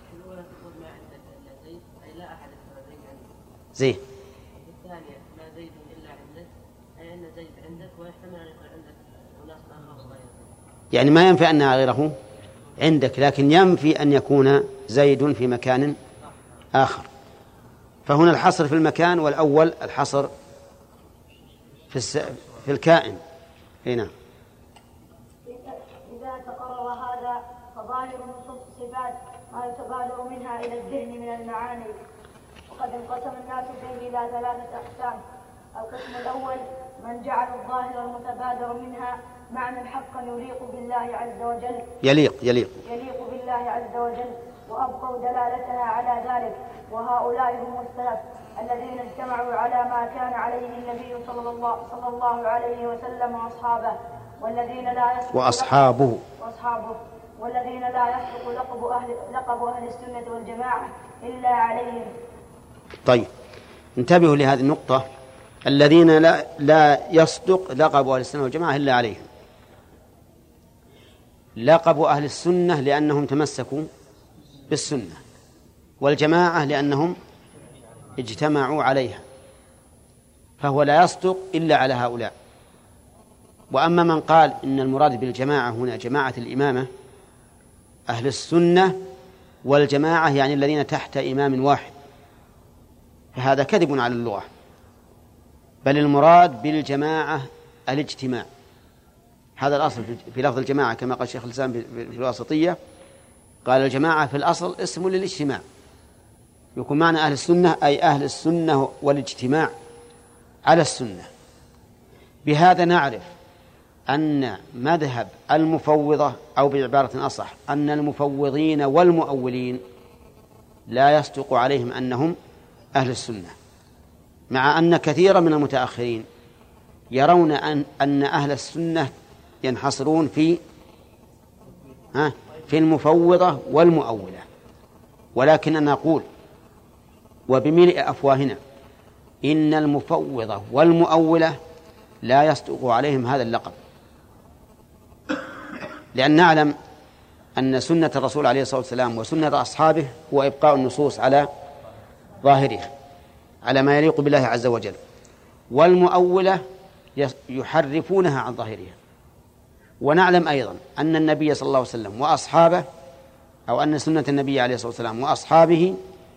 زين. الثانية ما زيد إلا عندك، أي أن زيد عندك ويحتمل أن يكون عندك أناس آخر غيره. يعني ما ينفي أنها غيره عندك، لكن ينفي أن يكون زيد في مكان آخر. فهنا الحصر في المكان، والأول الحصر في الس... في الكائن. هنا إذا تقرر هذا فظاهر نصوص الصفات ما يتبادر منها إلى الذهن من المعاني. قد انقسم الناس فيه إلى ثلاثة أقسام. القسم الأول من جعل الظاهر المتبادر منها معنى حقا يليق بالله عز وجل يليق يليق يليق بالله عز وجل وأبقوا دلالتها على ذلك، وهؤلاء هم السلف الذين اجتمعوا على ما كان عليه النبي صلى الله, صلى الله عليه وسلم وأصحابه والذين لا يصدق وأصحابه وأصحابه والذين لا يصدق لقب أهل, لقب أهل السنة والجماعة إلا عليهم. طيب انتبهوا لهذه النقطة، الذين لا, لا يصدق لقب أهل السنة والجماعة إلا عليهم. لقب أهل السنة لأنهم تمسكوا بالسنة، والجماعة لأنهم اجتمعوا عليها، فهو لا يصدق إلا على هؤلاء. وأما من قال إن المراد بالجماعة هنا جماعة الإمامة، أهل السنة والجماعة يعني الذين تحت إمام واحد، فهذا كذب على اللغة، بل المراد بالجماعة الاجتماع. هذا الأصل في لفظ الجماعة كما قال الشيخ الإسلام في الواسطية، قال الجماعة في الأصل اسم للاجتماع، يكون معنى أهل السنة أي أهل السنة والاجتماع على السنة. بهذا نعرف أن مذهب المفوضة، أو بعبارة أصح أن المفوضين والمؤولين لا يصدق عليهم أنهم أهل السنة، مع أن كثيرا من المتأخرين يرون أن, أن أهل السنة ينحصرون في ها في المفوضة والمؤولة. ولكن نقول وبملء أفواهنا إن المفوضة والمؤولة لا يصدق عليهم هذا اللقب، لأن نعلم أن سنة الرسول عليه الصلاة والسلام وسنة أصحابه هو إبقاء النصوص على ظاهرها على ما يليق بالله عز وجل، والمؤولة يحرفونها عن ظاهرها. ونعلم أيضا أن النبي صلى الله عليه وسلم وأصحابه، أو أن سنة النبي عليه الصلاة والسلام وأصحابه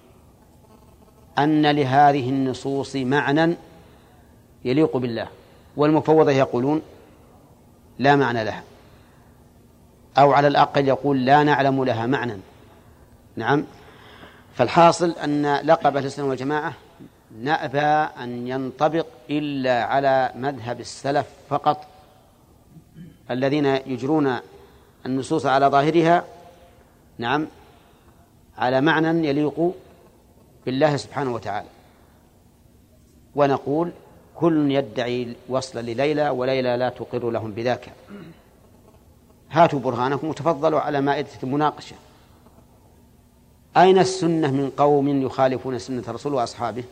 أن لهذه النصوص معنى يليق بالله، والمفوضة يقولون لا معنى لها، أو على الأقل يقول لا نعلم لها معنى. نعم. فالحاصل أن لقب أهل السنة والجماعة نأبى أن ينطبق إلا على مذهب السلف فقط، الذين يجرون النصوص على ظاهرها نعم على معنى يليق بالله سبحانه وتعالى. ونقول كل يدعي وصلا لليلى وليلى لا تقر لهم بذاك. هاتوا برهانكم وتفضلوا على مائدة المناقشة. أين السنة من قوم يخالفون سنة الرسول وأصحابه؟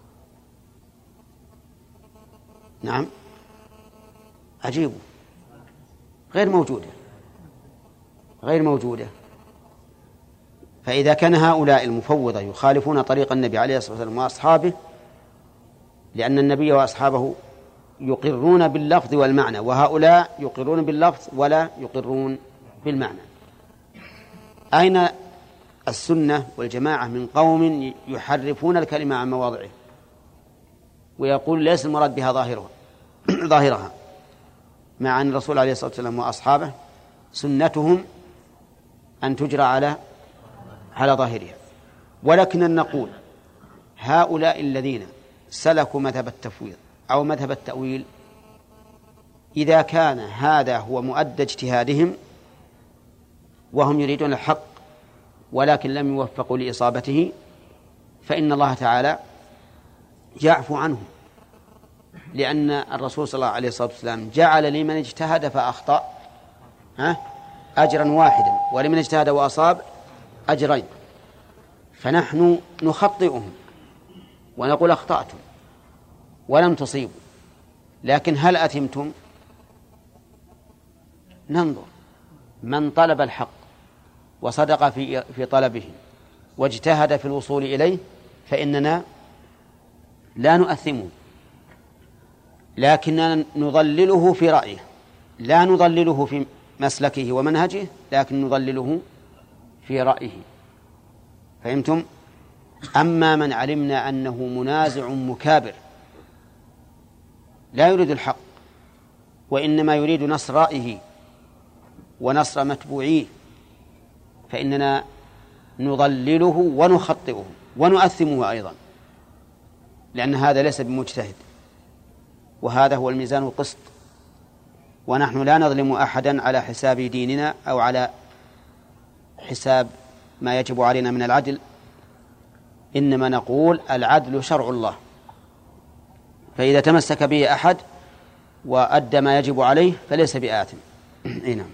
نعم عجيب، غير موجودة غير موجودة. فإذا كان هؤلاء المفوضة يخالفون طريق النبي عليه الصلاة والسلام وأصحابه، لأن النبي وأصحابه يقرون باللفظ والمعنى، وهؤلاء يقرون باللفظ ولا يقرون بالمعنى، أين السنة والجماعة من قوم يحرفون الكلمة عن مواضعه ويقول ليس المراد بها ظاهرها ظاهرها مع أن الرسول عليه الصلاة والسلام وأصحابه سنتهم أن تجرى على على ظاهرها. ولكن نقول هؤلاء الذين سلكوا مذهب التفويض أو مذهب التأويل، إذا كان هذا هو مؤدى اجتهادهم وهم يريدون الحق ولكن لم يوفقوا لإصابته، فإن الله تعالى يعفو عنهم، لأن الرسول صلى الله عليه والسلام جعل لمن اجتهد فأخطأ ها أجرا واحدا، ولمن اجتهد وأصاب أجرين. فنحن نخطئهم ونقول أخطأتم ولم تصيبوا، لكن هل أثمتم؟ ننظر من طلب الحق وصدق في في طلبه واجتهد في الوصول إليه فإننا لا نؤثمه، لكننا نضلله في رأيه، لا نضلله في مسلكه ومنهجه، لكن نضلله في رأيه. فهمتم؟ أما من علمنا أنه منازع مكابر لا يريد الحق وإنما يريد نصر رأيه ونصر متبوعيه، فإننا نضلله ونخطئه ونؤثمه أيضا. لأن هذا ليس بمجتهد، وهذا هو الميزان القسط. ونحن لا نظلم أحدا على حساب ديننا أو على حساب ما يجب علينا من العدل، إنما نقول العدل شرع الله، فإذا تمسك به أحد وأدى ما يجب عليه فليس بآثم. نعم.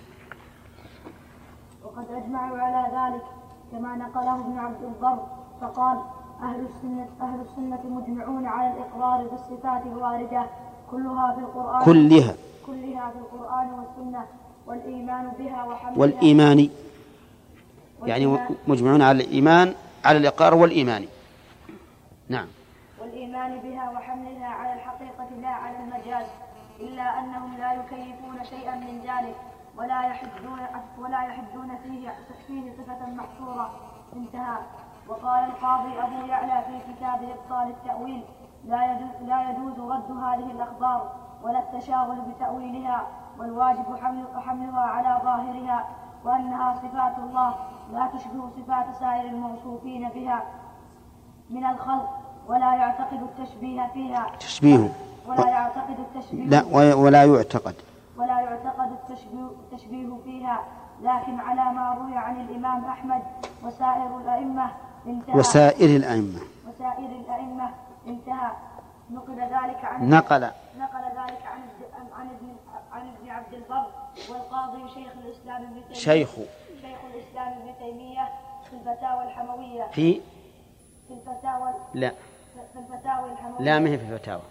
وقد أجمعوا على ذلك كما نقله ابن عبد البر فقال: أهل السنة, أهل السنة مجمعون على الإقرار بالصفات الواردة كلها في القرآن كلها كلها في القرآن والسنة، والإيمان بها وحملها والإيمان، يعني مجمعون على الإيمان على الإقرار والإيمان. نعم. والإيمان بها وحملها على الحقيقة لا على المجاز، إلا أنهم لا يكيفون شيئا من ذلك ولا يحدون ولا يحدون فيه فيه صفة محصورة. انتهى. وقال القاضي أبو يعلى في كتاب إبطال التأويل: لا يجوز, لا يجوز رد هذه الأخبار ولا التشاغل بتأويلها، والواجب حمل حملها على ظاهرها، وأنها صفات الله لا تشبه صفات سائر الموصوفين بها من الخلق، ولا يعتقد التشبيه فيها تشبيه ولا يعتقد التشبيه لا ولا يعتقد ولا يعتقد التشبيه, التشبيه فيها، لكن على ما روي عن الإمام أحمد وسائر الأئمة. انتهى. وسائر الأئمة وسائر الأئمة انتهى. نقل ذلك عن نقل نقل ذلك عن عن ابن عن ابن عبد البر والقاضي شيخ الإسلام ابن تيمية شيخ شيخ الإسلام ابن تيمية في الفتاوى الحموية في في الفتاوى لا في الفتاوى الحموية لا ما هي في الفتاوى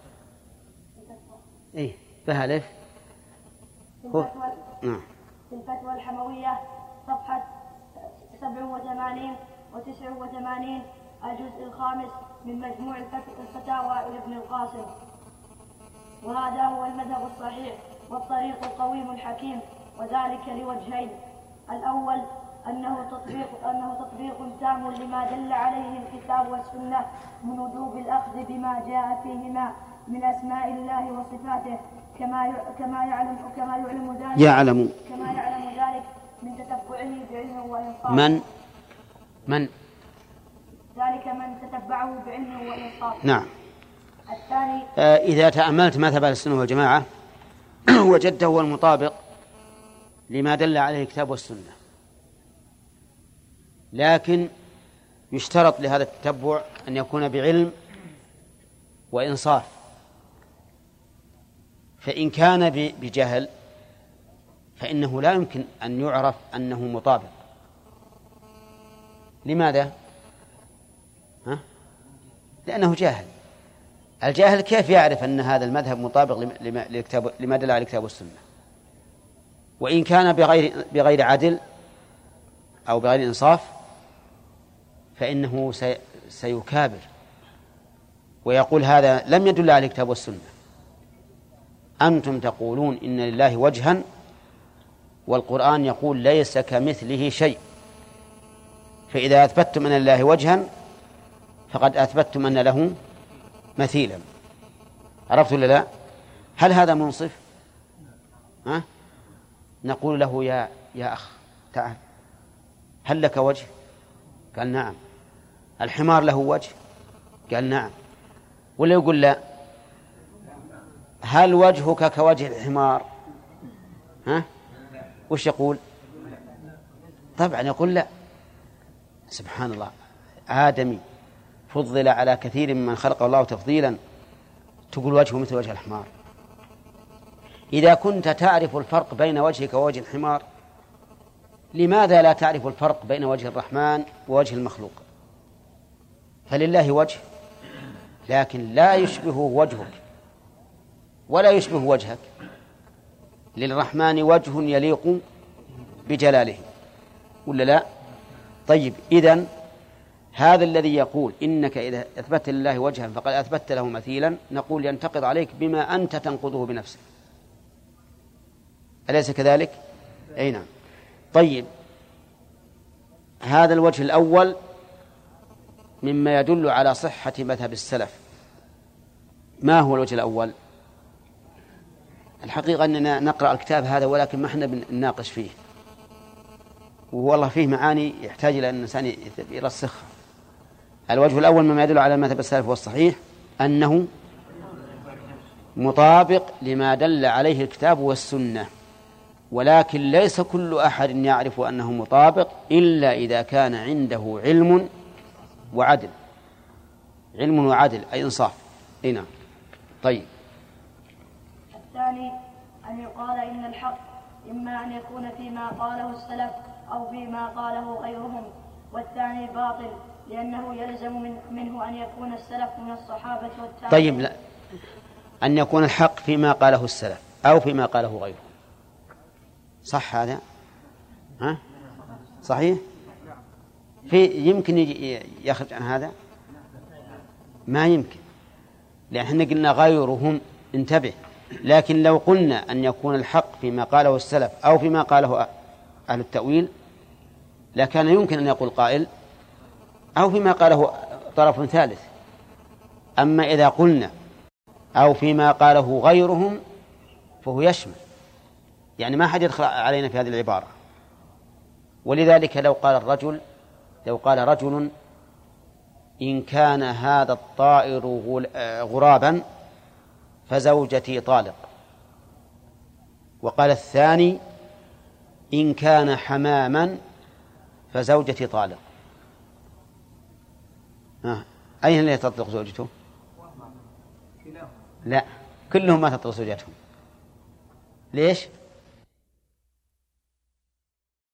إيه فيها ألف في الفتوى نعم في الفتوى الحموية صفحة سبع وثمانين وتسع وثمانين الجزء الخامس من مجموع الفتاوى لابن القاسم. وهذا هو المذهب الصحيح والطريق القويم الحكيم، وذلك لوجهين: الأول أنه تطبيق أنه تطبيق تام لما دل عليه الكتاب والسنة من وجوب الأخذ بما جاء فيهما من أسماء الله وصفاته، كما كما يعلم كما يعلم ذلك يعلم كما يعلم ذلك من تتبعه بعلمه وإنصافه. من من ذلك من تتبعه بعلمه وإنصافه. نعم. الثاني آه إذا تأملت مذهب السنة والجماعة وجدته هو المطابق لما دل عليه الكتاب والسنة، لكن يشترط لهذا التتبع أن يكون بعلم وإنصاف، فإن كان بجهل فإنه لا يمكن أن يعرف أنه مطابق. لماذا؟ ها؟ لأنه جاهل. الجاهل كيف يعرف أن هذا المذهب مطابق لما, لما دل على الكتاب والسنة؟ وإن كان بغير, بغير عدل أو بغير إنصاف فإنه سيكابر ويقول هذا لم يدل على الكتاب والسنة. أنتم تقولون إن لله وجها والقرآن يقول ليس كمثله شيء، فإذا أثبتتم أن لله وجها فقد أثبتتم أن له مثيلا. عرفت ولا لا؟ هل هذا منصف؟ ها؟ نقول له يا يا أخ تعال، هل لك وجه؟ قال نعم. الحمار له وجه؟ قال نعم. ولا يقول لا؟ هل وجهك كوجه الحمار؟ ها؟ وش يقول؟ طبعا يقول لا. سبحان الله، آدمي فضل على كثير ممن خلق الله تفضيلا، تقول وجهه مثل وجه الحمار. إذا كنت تعرف الفرق بين وجهك ووجه الحمار، لماذا لا تعرف الفرق بين وجه الرحمن ووجه المخلوق؟ فلله وجه لكن لا يشبه وجهك ولا يشبه وجهك. للرحمن وجه يليق بجلاله ولا لا؟ طيب، إذن هذا الذي يقول إنك إذا أثبت لله وجها فقد أثبت له مثيلا، نقول ينتقض عليك بما أنت تنقضه بنفسك، أليس كذلك؟ أي نعم. طيب، هذا الوجه الأول مما يدل على صحة مذهب السلف. ما هو الوجه الأول؟ الحقيقة أننا نقرأ الكتاب هذا ولكن ما احنا بنناقش فيه، والله فيه معاني يحتاج إلى أن الإنسان يرسخها. الوجه الأول مما يدل على مذهب السلف والصحيح أنه مطابق لما دل عليه الكتاب والسنة، ولكن ليس كل أحد يعرف أنه مطابق إلا إذا كان عنده علم وعدل، علم وعدل أي إنصاف. هنا طيب. الثاني أن يقال إن الحق إما أن يكون فيما قاله السلف أو فيما قاله غيرهم، والثاني باطل لأنه يلزم من منه أن يكون السلف من الصحابة والتابعين. طيب، لا، أن يكون الحق فيما قاله السلف أو فيما قاله غيرهم، صح هذا؟ ها؟ صحيح؟ في يمكن يخرج عن هذا؟ ما يمكن، لأن احنا قلنا غيرهم، انتبه. لكن لو قلنا أن يكون الحق فيما قاله السلف أو فيما قاله أهل التأويل لكان يمكن أن يقول قائل أو فيما قاله طرف ثالث. أما إذا قلنا أو فيما قاله غيرهم فهو يشمل، يعني ما حد يدخل علينا في هذه العبارة. ولذلك لو قال الرجل لو قال رجل إن كان هذا الطائر غرابا فزوجتي طالق، وقال الثاني إن كان حماما فزوجتي طالق، آه. أين اللي تطلق زوجته؟ لا، كلهم ما تطلق زوجتهم. ليش؟